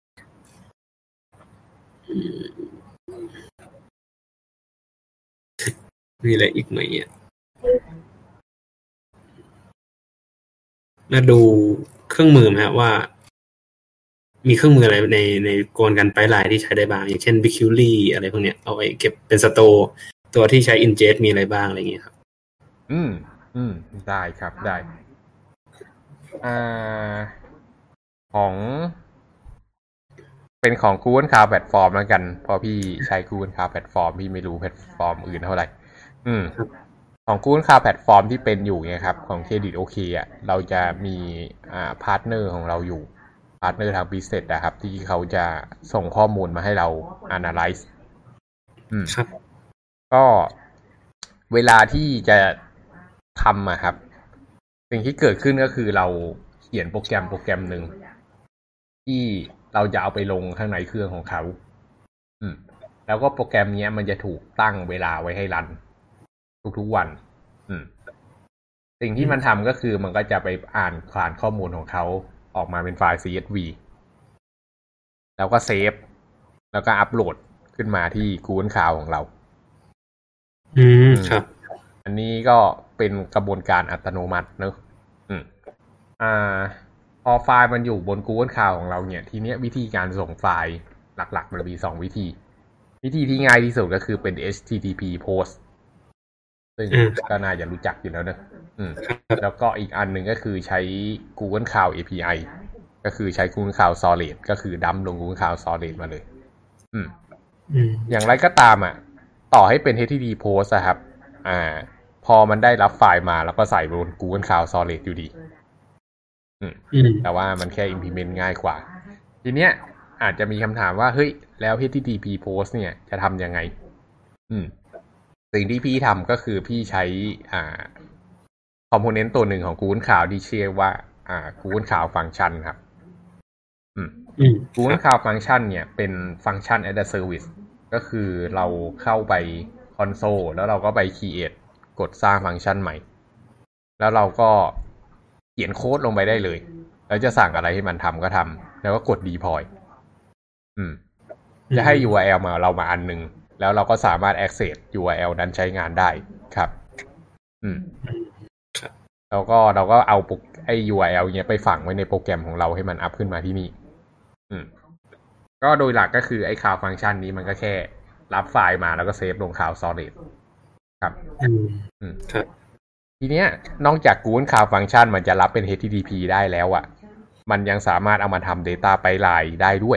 มีอะไรอีกไหมอ่ะมาดูเครื่องมือไหมครับว่ามีเครื่องมืออะไรในในกระบวนการไพป์ไลน์ที่ใช้ได้บ้างอย่างเช่น BigQuery อะไรพวกเนี้ยเอาไว้เก็บเป็นสโตร์ตัวที่ใช้ ingest มีอะไรบ้างอะไรอย่างเงี้ยครับอืมอืมได้ครับได้อ่าของเป็นของ Google Cloud Platform แล้วกันเพราะพี่ใช้ Google Cloud Platform พี่ไม่รู้แพลตฟอร์มอื่นเท่าไหร่อืมของ Google Cloud Platform ที่เป็นอยู่เนี่ยครับของ Credit OK อ่ะเราจะมีอ่าพาร์ทเนอร์ของเราอยู่พาร์ทเนอร์ทาง Business นะครับที่เขาจะส่งข้อมูลมาให้เรา Analyze อืมครับก็เวลาที่จะทำอะครับสิ่งที่เกิดขึ้นก็คือเราเขียนโปรแกรมโปรแกรมหนึ่งที่เราจะเอาไปลงข้างในเครื่องของเขาอืมแล้วก็โปรแกรมนี้มันจะถูกตั้งเวลาไว้ให้รันทุกๆวันอืมสิ่งที่มันทำก็คือมันก็จะไปอ่านผ่านข้อมูลของเขาออกมาเป็นไฟล์ ซี เอส วี แล้วก็เซฟแล้วก็อัปโหลดขึ้นมาที่ Google Cloud ของเราอืมครับอันนี้ก็เป็นกระบวนการอัตโนมัติเนอะอืมอ่าพอไฟล์มันอยู่บน Google Cloud ของเราเนี่ยทีเนี้ยวิธีการส่งไฟล์หลักๆมันมีสองวิธีวิธีที่ง่ายที่สุดก็คือเป็น เอช ที ที พี post ซึ่งก็น่าจะรู้จักอยู่แล้วนะอืมแล้วก็อีกอันหนึ่งก็คือใช้ Google Cloud เอ พี ไอ ก็คือใช้ Google Cloud Storage ก็คือดัมลง Google Cloud Storage มาเลยอืมอย่างไรก็ตามอ่ะต่อให้เป็น เอช ที ที พี post อะครับอ่าพอมันได้รับไฟล์มาแล้วก็ใส่บน Google Cloud Storage อยู่ดีอืมแต่ว่ามันแค่ implement ง่ายกว่าทีเนี้ยอาจจะมีคำถามว่าเฮ้ยแล้ว เอช ที ที พี post เนี่ยจะทำยังไงอืมสิ่งที่พี่ทำก็คือพี่ใช้อ่าคอมโพเนนต์ตัวหนึ่งของ Google Cloud ที่ชื่อว่าอ่า Google Cloud Function ครับอืม Google Cloud Function เนี่ยเป็น Function as a Service ก็คือเราเข้าไปคอนโซลแล้วเราก็ไป create กดสร้างฟังก์ชันใหม่แล้วเราก็เขียนโค้ดลงไปได้เลยแล้วจะสั่งอะไรให้มันทำก็ทำแล้วก็กด deploy อืมจะให้ ยู อาร์ แอล มาเรามาอันนึงแล้วเราก็สามารถ access ยู อาร์ แอล นั้นใช้งานได้ครับอืมแล้วก็เราก็เอาไอ้ ยู อาร์ แอล เนี้ยไปฝังไว้ในโปรแกรมของเราให้มันอัพขึ้นมาที่นี่อืมก็โดยหลักก็คือไอ้ Cloud Function นี้มันก็แค่รับไฟล์มาแล้วก็เซฟลง Cloud Storage ครับอืมครับทีเนี้ยนอกจาก Google Cloud Function มันจะรับเป็น เอช ที ที พี ได้แล้วอ่ะมันยังสามารถเอามาทำ Data Pipeline ได้ด้วย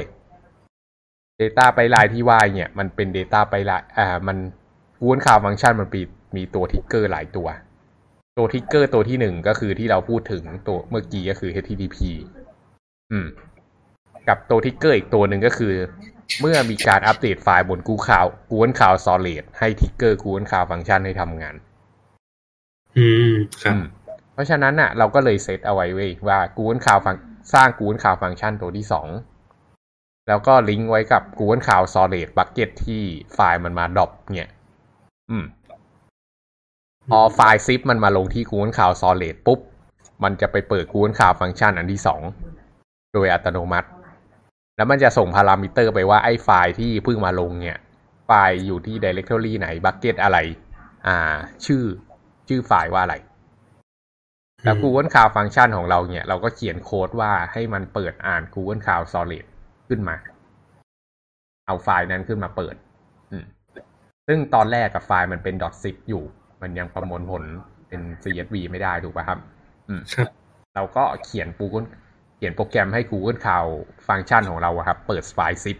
Data Pipeline ที่ว่าเนี่ยมันเป็น Data Pipeline อ่ามัน Google Cloud Function มันมีมีตัวทริกเกอร์หลายตัวตัวทริกเกอร์ตัวที่หนึ่งก็คือที่เราพูดถึงตัวเมื่อกี้ก็คือ เอช ที ที พี อืมกับตัวทริกเกอร์อีกตัวหนึ่งก็คือเมื่อมีการอัปเดตไฟล์บน Google Cloud Google Cloud Storage ให้ทริกเกอร์ Google Cloud Function ให้ทำงานอืมครับเพราะฉะนั้นน่ะเราก็เลยเซตเอาไว้เว้ยว่า Google Cloud สร้าง Google Cloud Function ตัวที่สองแล้วก็ลิงก์ไว้กับ Google Cloud Storage Bucket ที่ไฟล์มันมาดรอปเนี่ยอืมพอไฟล์ zip มันมาลงที่ Google Cloud Storage ปุ๊บมันจะไปเปิด Google Cloud Function อันที่สองโดยอัตโนมัติแล้วมันจะส่งพารามิเตอร์ไปว่าไอ้ไฟล์ที่เพิ่งมาลงเนี่ยไฟล์อยู่ที่ directory ไหน bucket อะไรอ่าชื่อชื่อไฟล์ว่าอะไรแล้ว Google Cloud Function ของเราเนี่ยเราก็เขียนโค้ดว่าให้มันเปิดอ่าน Google Cloud Storage ขึ้นมาเอาไฟล์นั้นขึ้นมาเปิดอืมซึ่งตอนแรกกับไฟล์มันเป็น .zip อยู่มันยังประมวลผลเป็น ซี เอส วี ไม่ได้ถูกป่ะครับอืมครับเราก็เขียน Google เขียนโปรแกรมให้ Google Cloud Function ของเราครับเปิดไฟล์ zip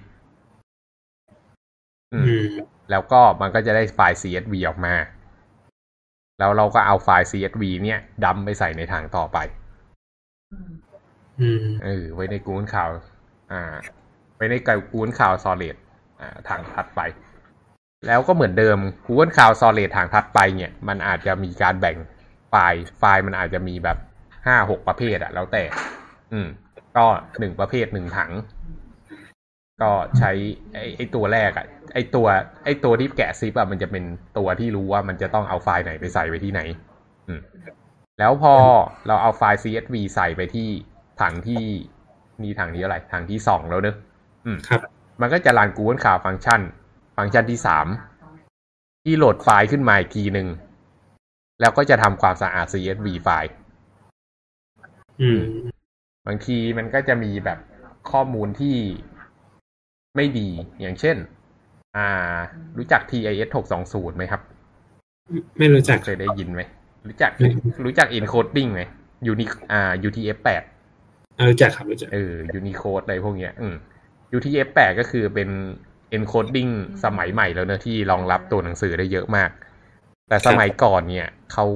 อืมแล้วก็มันก็จะได้ไฟล์ ซี เอส วี ออกมาแล้วเราก็เอาไฟล์ ซี เอส วี เนี่ยดัมไปใส่ในถังต่อไปอืมเออไว้ใน Google Cloud อ่าไว้ใน Google Cloud Storage อ่าถังถัดไปแล้วก็เหมือนเดิม Google Cloud Storage ถังถัดไปเนี่ยมันอาจจะมีการแบ่งไฟล์ไฟล์มันอาจจะมีแบบ ห้าหก ประเภทอะแล้วแต่อืมก็หนึ่งประเภทหนึ่งถังก็ใช้ไอ้ไอ้ตัวแรกอ่ะไอ้ตัวไอ้ตัวที่แกะซิปอ่ะมันจะเป็นตัวที่รู้ว่ามันจะต้องเอาไฟล์ไหนไปใส่ไว้ที่ไหนอืมแล้วพอเราเอาไฟล์ ซี เอส วี ใส่ไปที่ถังที่นี่ถังที่เท่าไหร่ถังที่สองแล้วเนอะอืมครับมันก็จะรัน Google Cloud Function ฟังก์ชันที่สามที่โหลดไฟล์ขึ้นมาอีกทีนึงแล้วก็จะทำความสะอาด ซี เอส วี ไฟล์อืมบางทีมันก็จะมีแบบข้อมูลที่ไม่ดีอย่างเช่นอ่ารู้จัก ที ไอ เอส หกสองศูนย์ ไหมครับไม่รู้จักเคยได้ยินไหมรู้จักรู้จัก encoding ไหม Uni อ่า ยู ที เอฟ แปดรู้จักครับรู้จักเออ Unicode อะไรพวกเนี้ยอืม ยู ที เอฟ แปด ก็คือเป็น encoding สมัยใหม่แล้วเนอะที่รองรับตัวหนังสือได้เยอะมากแต่สมัยก่อนเนี่ยเขา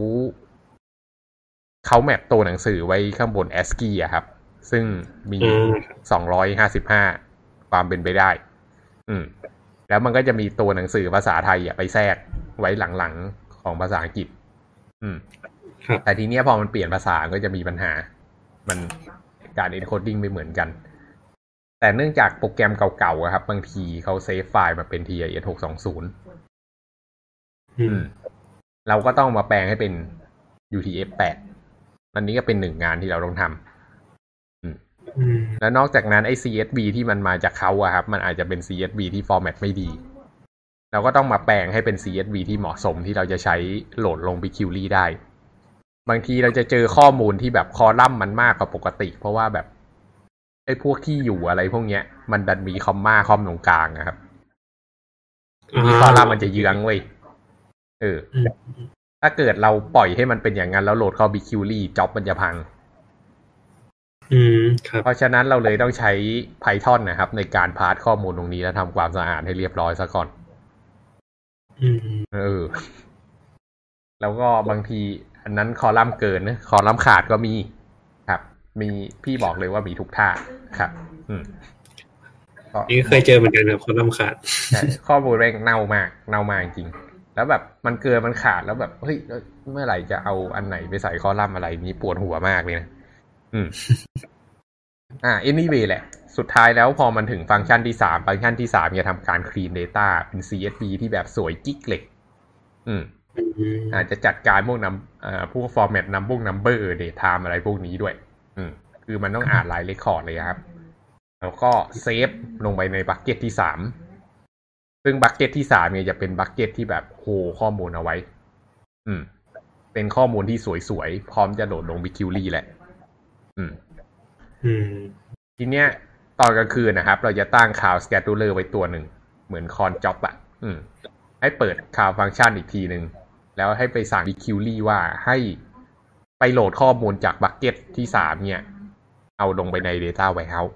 เขาแมปตัวหนังสือไว้ข้างบน เอส ซี ไอ อ่ะครับซึ่งมีสองร้อยห้าสิบห้าความเป็นไปได้อืมแล้วมันก็จะมีตัวหนังสือภาษาไทยอ่ะไปแทรกไว้หลังๆของภาษาอังกฤษอืมแต่ทีเนี้ยพอมันเปลี่ยนภาษาก็จะมีปัญหามันการ encoding ไม่เหมือนกันแต่เนื่องจากโปรแกรมเก่าๆครับบางทีเขาเซฟไฟล์มาเป็น ที ไอ เอส หกสองศูนย์อืมเราก็ต้องมาแปลงให้เป็น ยู ที เอฟ แปด อันนี้ก็เป็นหนึ่งงานที่เราต้องทำอืมแล้วนอกจากนั้นไอ้ ซี เอส วี ที่มันมาจากเขาอะครับมันอาจจะเป็น ซี เอส วี ที่ฟอร์แมตไม่ดีเราก็ต้องมาแปลงให้เป็น ซี เอส วี ที่เหมาะสมที่เราจะใช้โหลดลง BigQuery ได้บางทีเราจะเจอข้อมูลที่แบบคอลัมน์มันมากกว่าปกติเพราะว่าแบบไอ้พวกที่อยู่อะไรพวกเนี้ยมันดันมีคอมมาคอมตรงกลางนะครับมีคอลัมน์มันจะเยื้องเว้ยเออถ้าเกิดเราปล่อยให้มันเป็นอย่างนั้นแล้วโหลดเข้า BigQuery จ็อบมันจะพังอืมครับเพราะฉะนั้นเราเลยต้องใช้ Python นะครับในการพาร์สข้อมูลตรงนี้แล้วทำความสะอาดให้เรียบร้อยซะก่อนอืมเออแล้วก็บางทีอันนั้นคอลัมน์เกินนะคอลัมน์ขาดก็มีครับมีพี่บอกเลยว่ามีทุกท่าครับอืมนี่เคยเจอเหมือนกันครับคอลัมน์ขาดใช่ข้อมูลแม่งเน่ามากเน่ามากจริงแล้วแบบมันเกินมันขาดแล้วแบบเฮ้ยเมื่อไหร่จะเอาอันไหนไปใส่คอลัมน์อะไรนี้ปวดหัวมากเลยนะอืมอ่า anyway แหละสุดท้ายแล้วพอมันถึงฟังก์ชันที่สามฟังก์ชันที่สามจะทำการ clean data เป็น ซี เอส วี ที่แบบสวยกิ๊กเลยอืมอาจจะจัดการพวกนำอ่าพวก format number number date time อะไรพวกนี้ด้วยอืมคือมันต้องอ่านราย record เลยครับแล้วก็เซฟลงไปในบัคเก็ตที่สามซึ่งบัคเก็ตที่สามเนี่ยจะเป็นบัคเก็ตที่แบบโฮข้อมูลเอาไว้อืมเป็นข้อมูลที่สวยๆพร้อมจะโหลดลง BigQuery แหละอืมอืมทีเนี้ยตอนกลางคืนนะครับเราจะตั้ง Cloud Scheduler ไว้ตัวหนึ่งเหมือน cron job อ่ะอืมให้เปิด Cloud Function อีกทีนึงแล้วให้ไปสั่ง BigQuery ว่าให้ไปโหลดข้อมูลจากบัคเก็ตที่สามเนี่ยเอาลงไปใน Data Warehouse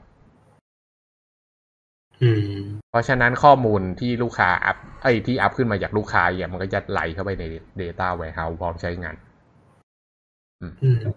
อืมเพราะฉะนั้นข้อมูลที่ลูกค้าอัพไอ้ที่อัพขึ้นมาจากลูกค้าเนี่ยมันก็จะไหลเข้าไปใน Data Warehouse พร้อมใช้งานอืม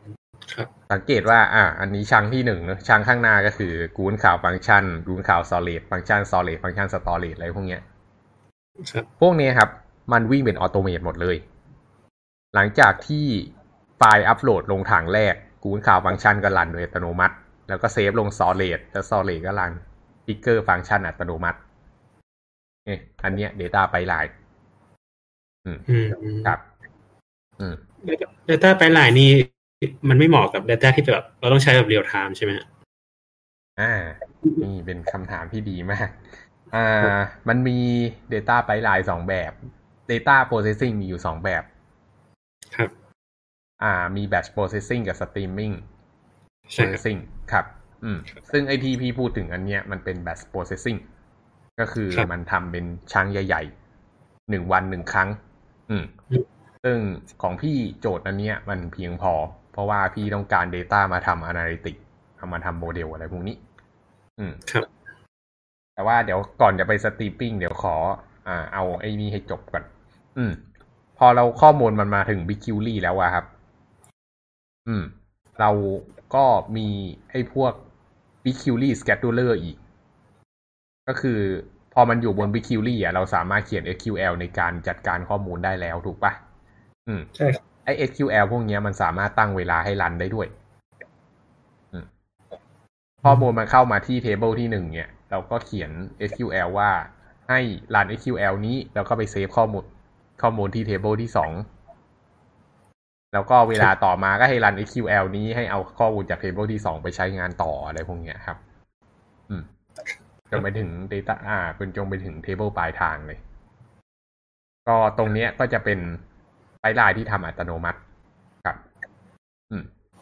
สังเกตว่าอ่าอันนี้ชังที่หนึ่งนะชังข้างหน้าก็คือกูนข่าวฟังก์ชันกูนข่าว solid ฟังก์ชัน solid ฟังก์ชัน storage อะไรพวกเนี้ยพวกนี้ครับมันวิ่งเป็นออโตเมตหมดเลยหลังจากที่ไฟล์อัปโหลดลงถังแรกกูนข่าวฟังก์ชันก็รันโดยอัตโนมัติแล้วก็เซฟลง solid แล้ว solid ก็รันทิกเกอร์ฟังก์ชันอัตโนมัติเนี่ยอันเนี้ย data pipeline อืมครับอืม data pipeline นี่มันไม่เหมาะกับ data ที่แบบเราต้องใช้แบบ real time ใช่ไหมอ่านี่เป็นคำถามที่ดีมากอ่ามันมี data pipeline สองแบบ data processing มีอยู่สองแบบครับอ่ามี batch processing กับ streaming processing ครับอืมซึ่งไอที่พี่พูดถึงอันเนี้ยมันเป็น batch processing ก็คือมันทำเป็นชั้นใหญ่ๆหนึ่งวันหนึ่งครั้งอืมซึ่งของพี่โจทย์อันเนี้ยมันเพียงพอเพราะว่าพี่ต้องการ data มาทำ analytics ทำมาทำโมเดลอะไรพวกนี้อืมครับแต่ว่าเดี๋ยวก่อนจะไป streaming เดี๋ยวขออ่าเอาไอ้นี่ให้จบก่อนอืมพอเราข้อมูลมันมาถึง BigQuery แล้วอะครับอืมเราก็มีไอ้พวก BigQuery scheduler อีกก็คือพอมันอยู่บน BigQuery อ่ะเราสามารถเขียน เอส คิว แอล ในการจัดการข้อมูลได้แล้วถูกปะอืมใช่ไอ้ เอส คิว แอล พวกนี้มันสามารถตั้งเวลาให้รันได้ด้วยอืมข้อมูลมันเข้ามาที่ table ที่หนึ่งเนี่ยเราก็เขียน เอส คิว แอล ว่าให้รัน เอส คิว แอล นี้แล้วก็ไปเซฟข้อมูลข้อมูลที่ table ที่สองแล้วก็เวลาต่อมาก็ให้รัน เอส คิว แอล นี้ให้เอาข้อมูลจาก table ที่สองไปใช้งานต่ออะไรพวกเนี้ยครับอืมจนไปถึง data อ่าเป็นจงไปถึง table ปลายทางเลยก็ตรงเนี้ยก็จะเป็นไพป์ไลน์ที่ทำอัตโนมัติครับอืม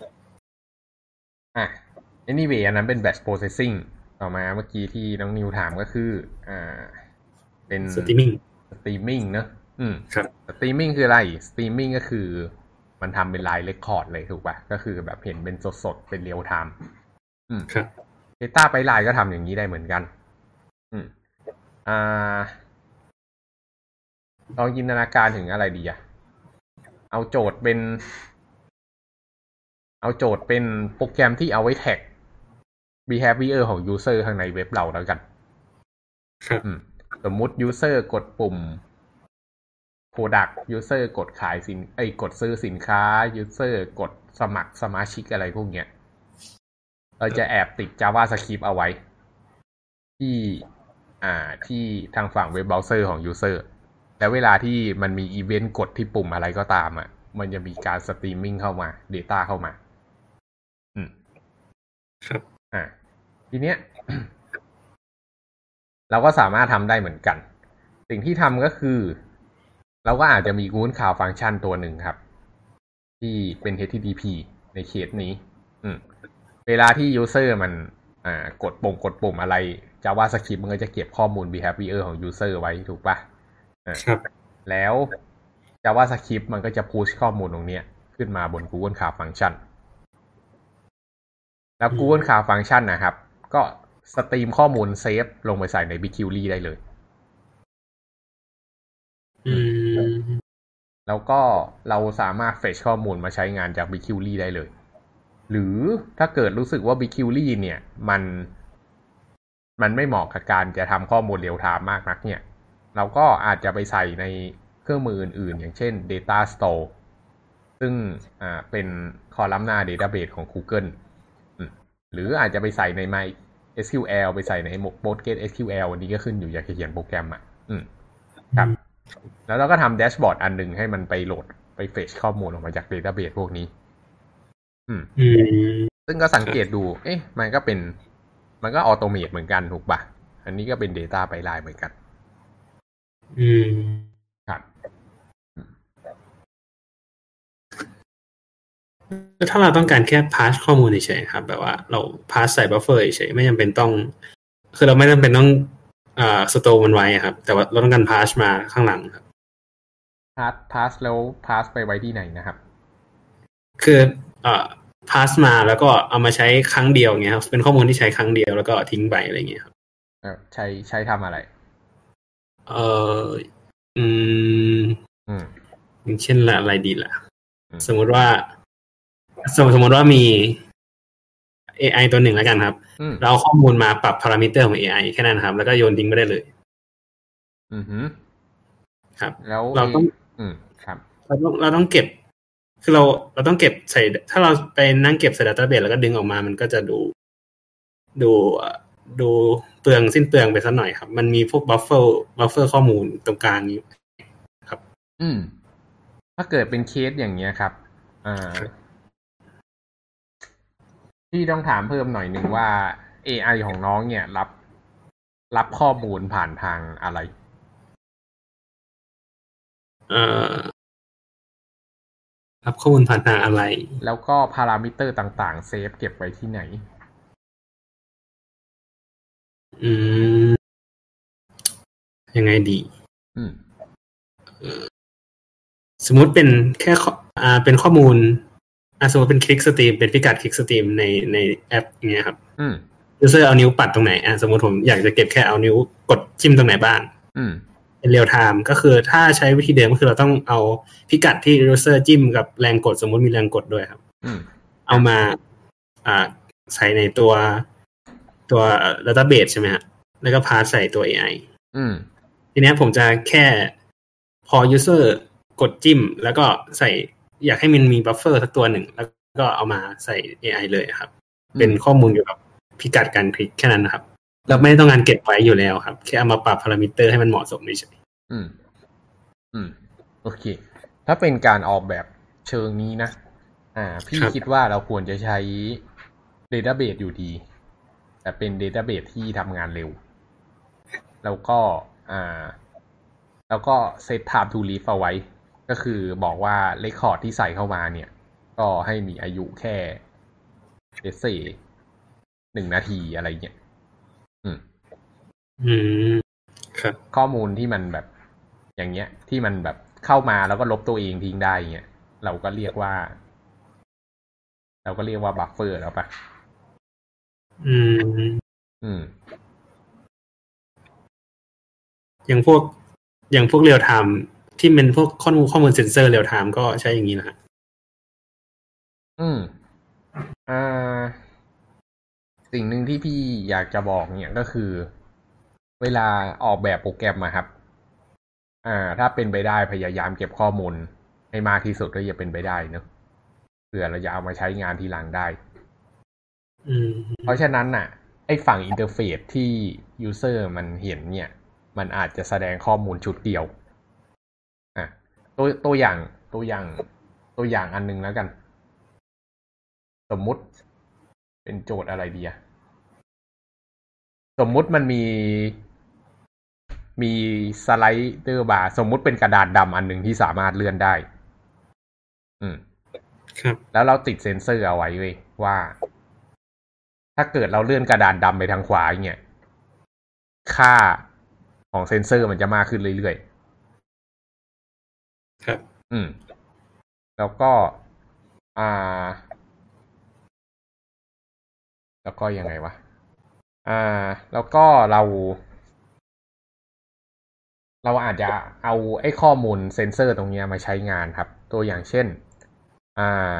อ่ะ anyway อันนั้นเป็น batch processing ต่อมาเมื่อกี้ที่น้องนิวถามก็คืออ่าเป็น streaming streaming เนอะอืมครับ streaming คืออะไร streaming ก็คือมันทำเป็นไลน์เรคคอร์ดเลยถูกป่ะก็คือแบบเห็นเป็นสดๆเป็นเรียลไทม์อืมครับ data ไปไลน์ก็ทำอย่างนี้ได้เหมือนกันอืมอ่าลองจินตนาการถึงอะไรดีอะเอาโจทย์เป็นเอาโจทย์เป็นโปรแกรมที่เอาไว้แท็ก behavior ของ user ข้างในเว็บเราแล้วกันครับสมมุติ user กดปุ่ม product user กดขายสินไอ้กดซื้อสินค้า user กดสมัครสมาชิกอะไรพวกเนี้ยเราจะแอบติด JavaScript เอาไว้ที่อ่าที่ทางฝั่งเว็บเบราว์เซอร์ของ user แล้วเวลาที่มันมีอีเวนต์กดที่ปุ่มอะไรก็ตามอ่ะมันจะมีการสตรีมมิ่งเข้ามา data เข้ามาอืมครับอ่าทีเนี้ย เราก็สามารถทำได้เหมือนกันสิ่งที่ทำก็คือเราก็อาจจะมีกู๊ดข่าวฟังก์ชันตัวหนึ่งครับที่เป็น เอช ที ที พี ในเคสนี้อืมเวลาที่ user มันอ่ากดปุ่มกดปุ่มอะไร JavaScript มันก็จะเก็บข้อมูล behavior ของ user ไว้ถูกปะอ่าครับแล้ว JavaScript มันก็จะ push ข้อมูลตรงนี้ขึ้นมาบน Google Cloud Function แล้ว Google Cloud Function นะครับก็สตรีมข้อมูลเซฟลงไปใส่ใน BigQuery ได้เลยอืมแล้วก็เราสามารถ fetch ข้อมูลมาใช้งานจาก BigQuery ได้เลยหรือถ้าเกิดรู้สึกว่า BigQuery เนี่ยมันมันไม่เหมาะกับการจะทำข้อมูลเรียลไทม์มากนักเนี่ยเราก็อาจจะไปใส่ในเครื่องมืออื่นๆอย่างเช่น Data Store ซึ่งอ่าเป็นคอลัมน์หน้า Database ของ Google หรืออาจจะไปใส่ใน My เอส คิว แอล ไปใส่ใน Postgres เอส คิว แอล อันนี้ก็ขึ้นอยู่อยากจะเขียนโปรแกรมอ่ะอืมครับแล้วเราก็ทำแดชบอร์ดอันหนึ่งให้มันไปโหลดไปเฟชข้อมูลออกมาจาก Database พวกนี้อืมซึ่งก็สังเกตดูเอ๊ะมันก็เป็นมันก็ออโตเมตเหมือนกันถูกป่ะอันนี้ก็เป็น Data Pipeline เหมือนกันอืมครับถ้าเราต้องการแค่พาสข้อมูลเฉยๆครับแบบว่าเราพาสใส่บัฟเฟอร์เฉยๆไม่จำเป็นต้องคือเราไม่จำเป็นต้องอ่าสโตร์มันไว้ครับแต่ว่าเราต้องการพาสมาข้างหลังครับพาสพาสแล้วพาสไปไว้ที่ไหนนะครับคืออ่าพาสมาแล้วก็เอามาใช้ครั้งเดียวเงี้ยครับเป็นข้อมูลที่ใช้ครั้งเดียวแล้วก็ทิ้งไปอะไรเงี้ยครับเออใช้ใช้ทำอะไรเอออืมอืมอย่างเช่นอะไรดีล่ะสมมุติว่าสมมติว่ามี เอ ไอ ตัวหนึ่งแล้วกันครับเราเอาข้อมูลมาปรับพารามิเตอร์ของ เอ ไอ แค่นั้นครับแล้วก็โยนทิ้งไปได้เลยอือฮึครับแล้วเราต้องอืมครับเราต้องเราต้องเก็บคือเราเราต้องเก็บใส่ถ้าเราไปนั่งเก็บใส่ database แล้วก็ดึงออกมามันก็จะดูดูดูเปลืองสิ้นเปลืองไปสักหน่อยครับมันมีพวก buffer buffer ข้อมูลตรงกลางนี้ครับอืมถ้าเกิดเป็นเคสอย่างเงี้ยครับอ่าที่ต้องถามเพิ่มหน่อยนึงว่า เอ ไอ ของน้องเนี่ยรับรับข้อมูลผ่านทางอะไรเอ่อรับข้อมูลผ่านทางอะไรแล้วก็พารามิเตอร์ต่างๆเซฟเก็บไว้ที่ไหนอืมยังไงดีอืมสมมุติเป็นแค่อ่าเป็นข้อมูลอ่าสมมติเป็นคลิกสตรีมเป็นพิกัดคลิกสตรีมในในแอปอย่างเงี้ยครับอืมยูเซอร์เอานิ้วปัดตรงไหนอ่าสมมติผมอยากจะเก็บแค่เอานิ้วกดจิ้มตรงไหนบ้างอืมเป็นเรียลไทม์ก็คือถ้าใช้วิธีเดิมก็คือเราต้องเอาพิกัดที่ยูเซอร์จิ้มกับแรงกดสมมุติมีแรงกดด้วยครับอืมเอามาอ่าใส่ในตัวตัว database ใช่ไหมฮะแล้วก็พาสใส่ตัว เอ ไออืมทีนี้ผมจะแค่พอ user กดจิ้มแล้วก็ใส่อยากให้มันมี buffer สักตัวหนึ่งแล้วก็เอามาใส่ เอ ไอ เลยครับเป็นข้อมูลเกี่ยวกับพิกัดการคลิกแค่นั้นนะครับเราไม่ต้องการเก็บไว้อยู่แล้วครับแค่เอามาปรับพารามิเตอร์ให้มันเหมาะสมเฉยๆอืมอืมโอเคถ้าเป็นการออกแบบเชิงนี้นะอ่าพี่คิดว่าเราควรจะใช้ database อยู่ดีแต่เป็น database ที่ทำงานเร็วแล้วก็อ่าแล้วก็ set time to read เอาไว้ก็คือบอกว่า record ที่ใส่เข้ามาเนี่ยก็ให้มีอายุแค่เอเซหนึ่งนาทีอะไรเงี้ยอืมอืมครับข้อมูลที่มันแบบอย่างเงี้ยที่มันแบบเข้ามาแล้วก็ลบตัวเองทิ้งได้เงี้ยเราก็เรียกว่าเราก็เรียกว่าบัฟเฟอร์แล้วปะอืมอืมอย่างพวกอย่างพวกเรียลไทม์ที่เป็นพวกข้อมูลข้อมูลเซนเซอร์เรียลไทม์ก็ใช้อย่างนี้นะฮะอืมอ่าสิ่งหนึ่งที่พี่อยากจะบอกเนี่ยก็คือเวลาออกแบบโปรแกรมอะครับอ่าถ้าเป็นไปได้พยายามเก็บข้อมูลให้มากที่สุดก็อย่าเป็นไปได้เนอะเผื่อเราจะเอามาใช้งานทีหลังได้เพราะฉะนั้นน่ะไอ้ฝั่งอินเทอร์เฟซที่ยูเซอร์มันเห็นเนี่ยมันอาจจะแสดงข้อมูลชุดเดียวอ่ะตัวตัวอย่างตัวอย่างตัวอย่างอันนึงแล้วกันสมมุติเป็นโจทย์อะไรดีอะสมมุติมันมีมีสไลเดอร์บาร์สมมุติเป็นกระดาษดำอันนึงที่สามารถเลื่อนได้อืมครับแล้วเราติดเซ็นเซอร์เอาไว้เว้ยว่าถ้าเกิดเราเลื่อนกระดานดำไปทางขวาอย่างเงี้ยค่าของเซ็นเซอร์มันจะมากขึ้นเรื่อยๆครับอืมแล้วก็อ่าแล้วก็ยังไงวะอ่าแล้วก็เราเราอาจจะเอาไอ้ข้อมูลเซ็นเซอร์ตรงนี้มาใช้งานครับตัวอย่างเช่นอ่า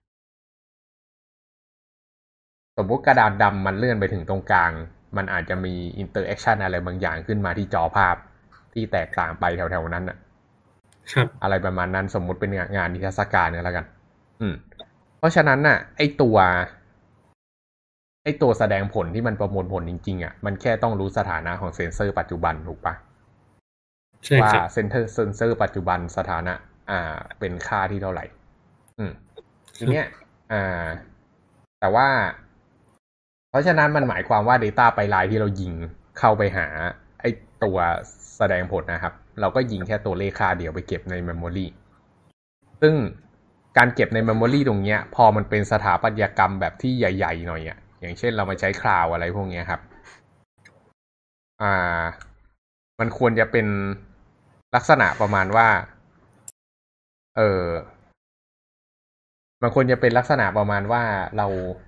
สมมุติกระดาษดำมันเลื่อนไปถึงตรงกลางมันอาจจะมีอินเตอร์แอคชั่นอะไรบางอย่างขึ้นมาที่จอภาพที่แตกต่างไปแถวๆนั้นน่ะครับอะไรประมาณนั้นสมมุติเป็นงานนิทรรศการเนี่ยแล้วกันอืมเพราะฉะนั้นน่ะไอตัวไอตัวแสดงผลที่มันประมวลผลจริงๆอ่ะมันแค่ต้องรู้สถานะของเซ็นเซอร์ปัจจุบันถูกปะว่าเซ็นเซอร์เซ็นเซอร์ปัจจุบันสถานะอ่าเป็นค่าที่เท่าไหร่อืมทีเนี้ยอ่าแต่ว่าเพราะฉะนั้นมันหมายความว่า data ไปไลน์ที่เรายิงเข้าไปหาไอตัวแสดงผลนะครับเราก็ยิงแค่ตัวเลขค่าเดียวไปเก็บใน memory ซึ่งการเก็บใน memory ตรงเนี้ยพอมันเป็นสถาปัตยกรรมแบบที่ใหญ่ๆหน่อยอ่ะอย่างเช่นเรามาใช้คลาวด์อะไรพวกเนี้ยครับอ่ามันควรจะเป็นลักษณะประมาณว่าเออมันควรจะเป็นลักษณะประมาณว่าเรา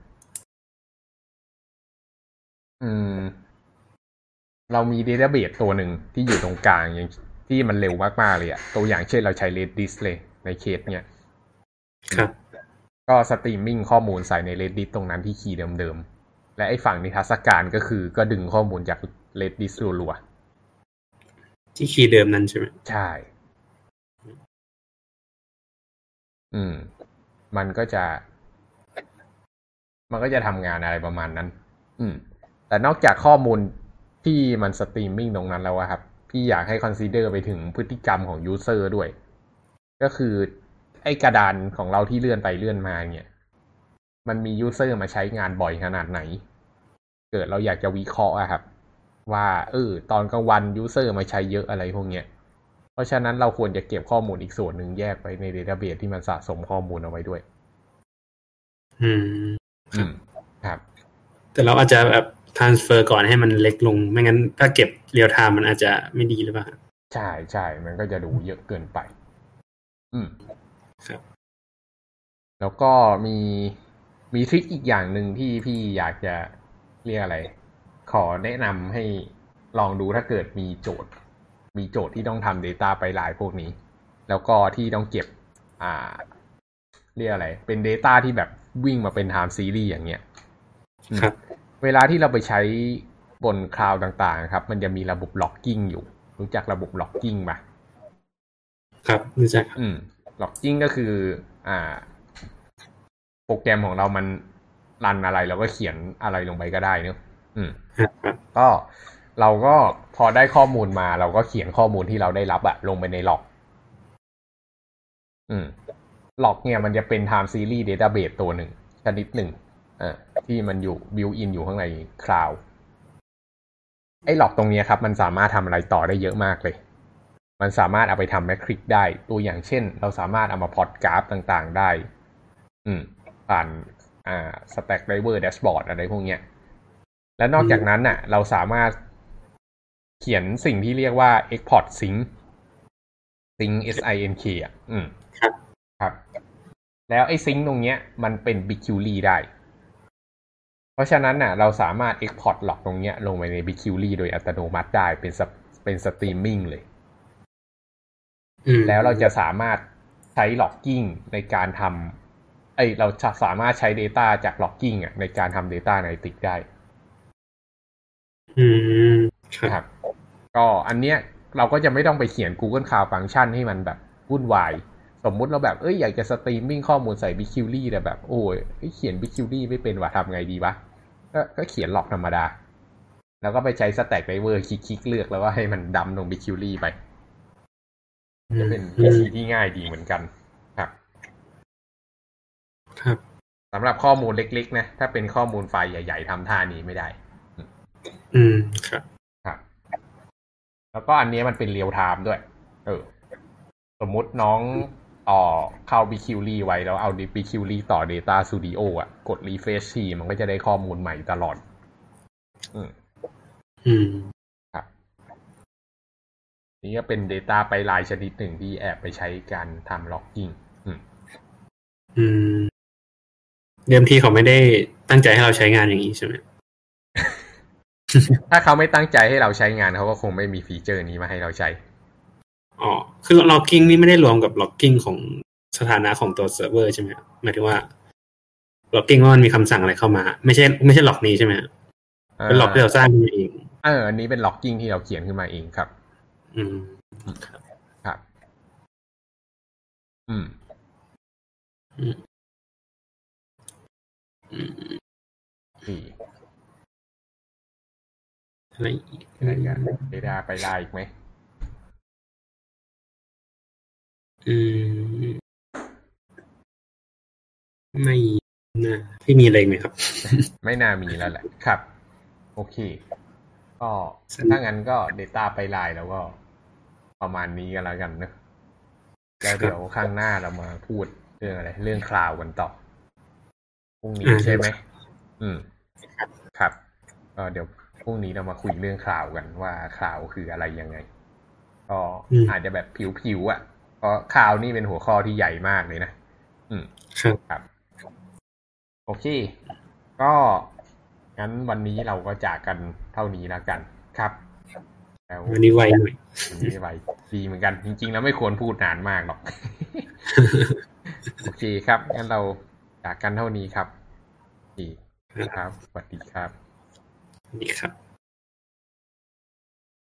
อืมเรามี database ตัวหนึ่งที่อยู่ตรงกลางอย่างที่มันเร็วมากๆเลยอะตัวอย่างเช่นเราใช้ Redis เลยในเคสเนี้ยครับก็สตรีมมิ่งข้อมูลใส่ใน Redis ตรงนั้นที่คีย์เดิมๆและไอ้ฝั่งนิทรรศการก็คือก็ดึงข้อมูลจาก Redis รัวๆที่คีย์เดิมนั้นใช่ไหมใช่อืมมันก็จะมันก็จะทำงานอะไรประมาณนั้นอืมแต่นอกจากข้อมูลที่มันสตรีมมิ่งตรงนั้นแล้วครับพี่อยากให้คอนซีเดอร์ไปถึงพฤติกรรมของยูเซอร์ด้วยก็คือไอ้กระดานของเราที่เลื่อนไปเลื่อนมาเนี่ยมันมียูเซอร์มาใช้งานบ่อยขนาดไหนเกิดเราอยากจะวิเคราะห์อะครับว่าเออตอนกลางวันยูเซอร์มาใช้เยอะอะไรพวกเนี้ยเพราะฉะนั้นเราควรจะเก็บข้อมูลอีกส่วนหนึ่งแยกไว้ในเดต้าเบสที่มันสะสมข้อมูลเอาไว้ด้วยอืมอืมครับแต่เราอาจจะแบบ transfer ก่อนให้มันเล็กลงไม่งั้นถ้าเก็บเรียลไทม์มันอาจจะไม่ดีหรือเปล่าใช่ใช่มันก็จะดูเยอะเกินไปอืมครับแล้วก็มีมีทริคอีกอย่างหนึ่งที่พี่อยากจะเรียกอะไรขอแนะนำให้ลองดูถ้าเกิดมีโจทย์มีโจทย์ที่ต้องทำ Data ไปหลายพวกนี้แล้วก็ที่ต้องเก็บอ่าเรียกอะไรเป็น Data ที่แบบวิ่งมาเป็น Time Series อย่างเงี้ยครับเวลาที่เราไปใช้บนคลาวด์ต่างๆครับมันจะมีระบบ logging อยู่รู้จักระบบ logging ป่ะครับรู้จักอืม logging ก็คืออ่าโปรแกรมของเรามันรันอะไรเราก็เขียนอะไรลงไปก็ได้เนอะอืมก็เราก็พอได้ข้อมูลมาเราก็เขียนข้อมูลที่เราได้รับอะลงไปในล็อกอืมล็อกเนี่ยมันจะเป็น time series database ตัวหนึ่งชนิดหนึ่งอ่าที่มันอยู่ built in อยู่ข้างในคลาวด์ไอ้ล็อกตรงนี้ครับมันสามารถทำอะไรต่อได้เยอะมากเลยมันสามารถเอาไปทำแมทริกได้ตัวอย่างเช่นเราสามารถเอามาพอร์ตกราฟต่างๆได้อืมผ่านอ่า Stackdriver Dashboard อะไรพวกเนี้ยและนอกจากนั้นน่ะเราสามารถเขียนสิ่งที่เรียกว่า export sync sync s i n k อ่ะอืมครับครับแล้วไอ้ sync ตรงเนี้ยมันเป็น BigQuery ได้เพราะฉะนั้นน่ะเราสามารถ export log ตรงเนี้ยลงไปใน BigQuery โดยอัตโนมัติได้เป็นเป็นสตรีมมิ่งเลยแล้วเราจะสามารถใช้ logging ในการทำไอ้เราจะสามารถใช้ data จาก logging อ่ะในการทำ data analytics ได้อืมครับก็อันเนี้ยเราก็จะไม่ต้องไปเขียน Google Cloud Function ให้มันแบบวุ่นวายสมมุติเราแบบเอ้ยอยากจะสตรีมมิ่งข้อมูลใส่ BigQuery แต่แบบโอ้ยเขียน BigQuery ไม่เป็นว่ะทำไงดีวะก็ก็เขียน log ธรรมดาแล้วก็ไปใช้ Stackdriver คลิกๆเลือกแล้วก็ให้มันดัมลง BigQuery ไปจะเป็นวิธีที่ง่ายดีเหมือนกันครับครับสำหรับข้อมูลเล็กๆนะถ้าเป็นข้อมูลไฟล์ใหญ่ๆทำท่านี้ไม่ได้อืมครับครับแล้วก็อันนี้มันเป็นเรียลไทม์ด้วยเออสมมุติน้องต่อเข้า BigQuery ไว้แล้วเอา BigQuery ต่อ Data Studio อ่ะกด refresh ทีมันก็จะได้ข้อมูลใหม่ตลอดอืมอืมครับนี่ก็เป็น Data ไปลายชนิดหนึ่งที่แอบไปใช้การทำ logging อืมอืมเดิมทีเขาไม่ได้ตั้งใจให้เราใช้งานอย่างนี้ใช่ไหมถ้าเขาไม่ตั้งใจให้เราใช้งานเขาก็คงไม่มีฟีเจอร์นี้มาให้เราใช้อ๋อคือ logging นี่ไม่ได้รวมกับ logging ของสถานะของตัวเซิร์ฟเวอร์ใช่ไหมหมายถึงว่า logging ว่ามันมีคำสั่งอะไรเข้ามาไม่ใช่ไม่ใช่ log นี้ใช่ไหมเป็น log ที่เราสร้างขึ้นมาเองเอออันนี้เป็น logging ที่เราเขียนขึ้นมาเองครับอืมครับครับอืมอืมอืมดีอะไรอีกอะไรกันเดต้าไปไล่อีกไหมอืมไม่น่าไม่มีอะไรไหมครับไม่น่ามีแล้วแหละครับโอเคก็ถ้างั้นก็ Data ไปไลน์แล้วก็ประมาณนี้กันแล้วกันนะแล้วเดี๋ยวข้างหน้าเรามาพูดเรื่องอะไรเรื่องคลาวด์กันต่อพรุ่งนี้ใช่ไหมอืมครับก็เดี๋ยวพรุ่งนี้เรามาคุยเรื่องคลาวด์กันว่าคลาวด์คืออะไรยังไงก็อาจจะแบบผิวๆอ่ะเพราะคลาวด์นี่เป็นหัวข้อที่ใหญ่มากเลยนะอืมครับโอเคก็งั้นวันนี้เราก็จากกันเท่านี้แล้วกันครับแล้ววันนี้ไวหน่อยวันนี้ไวดีเหมือนกันจริงๆแล้วไม่ควรพูดนานมากหรอกโอเคครับงั้นเราจากกันเท่านี้ครับอีกครับสวัสดีครับสวัสดีครับ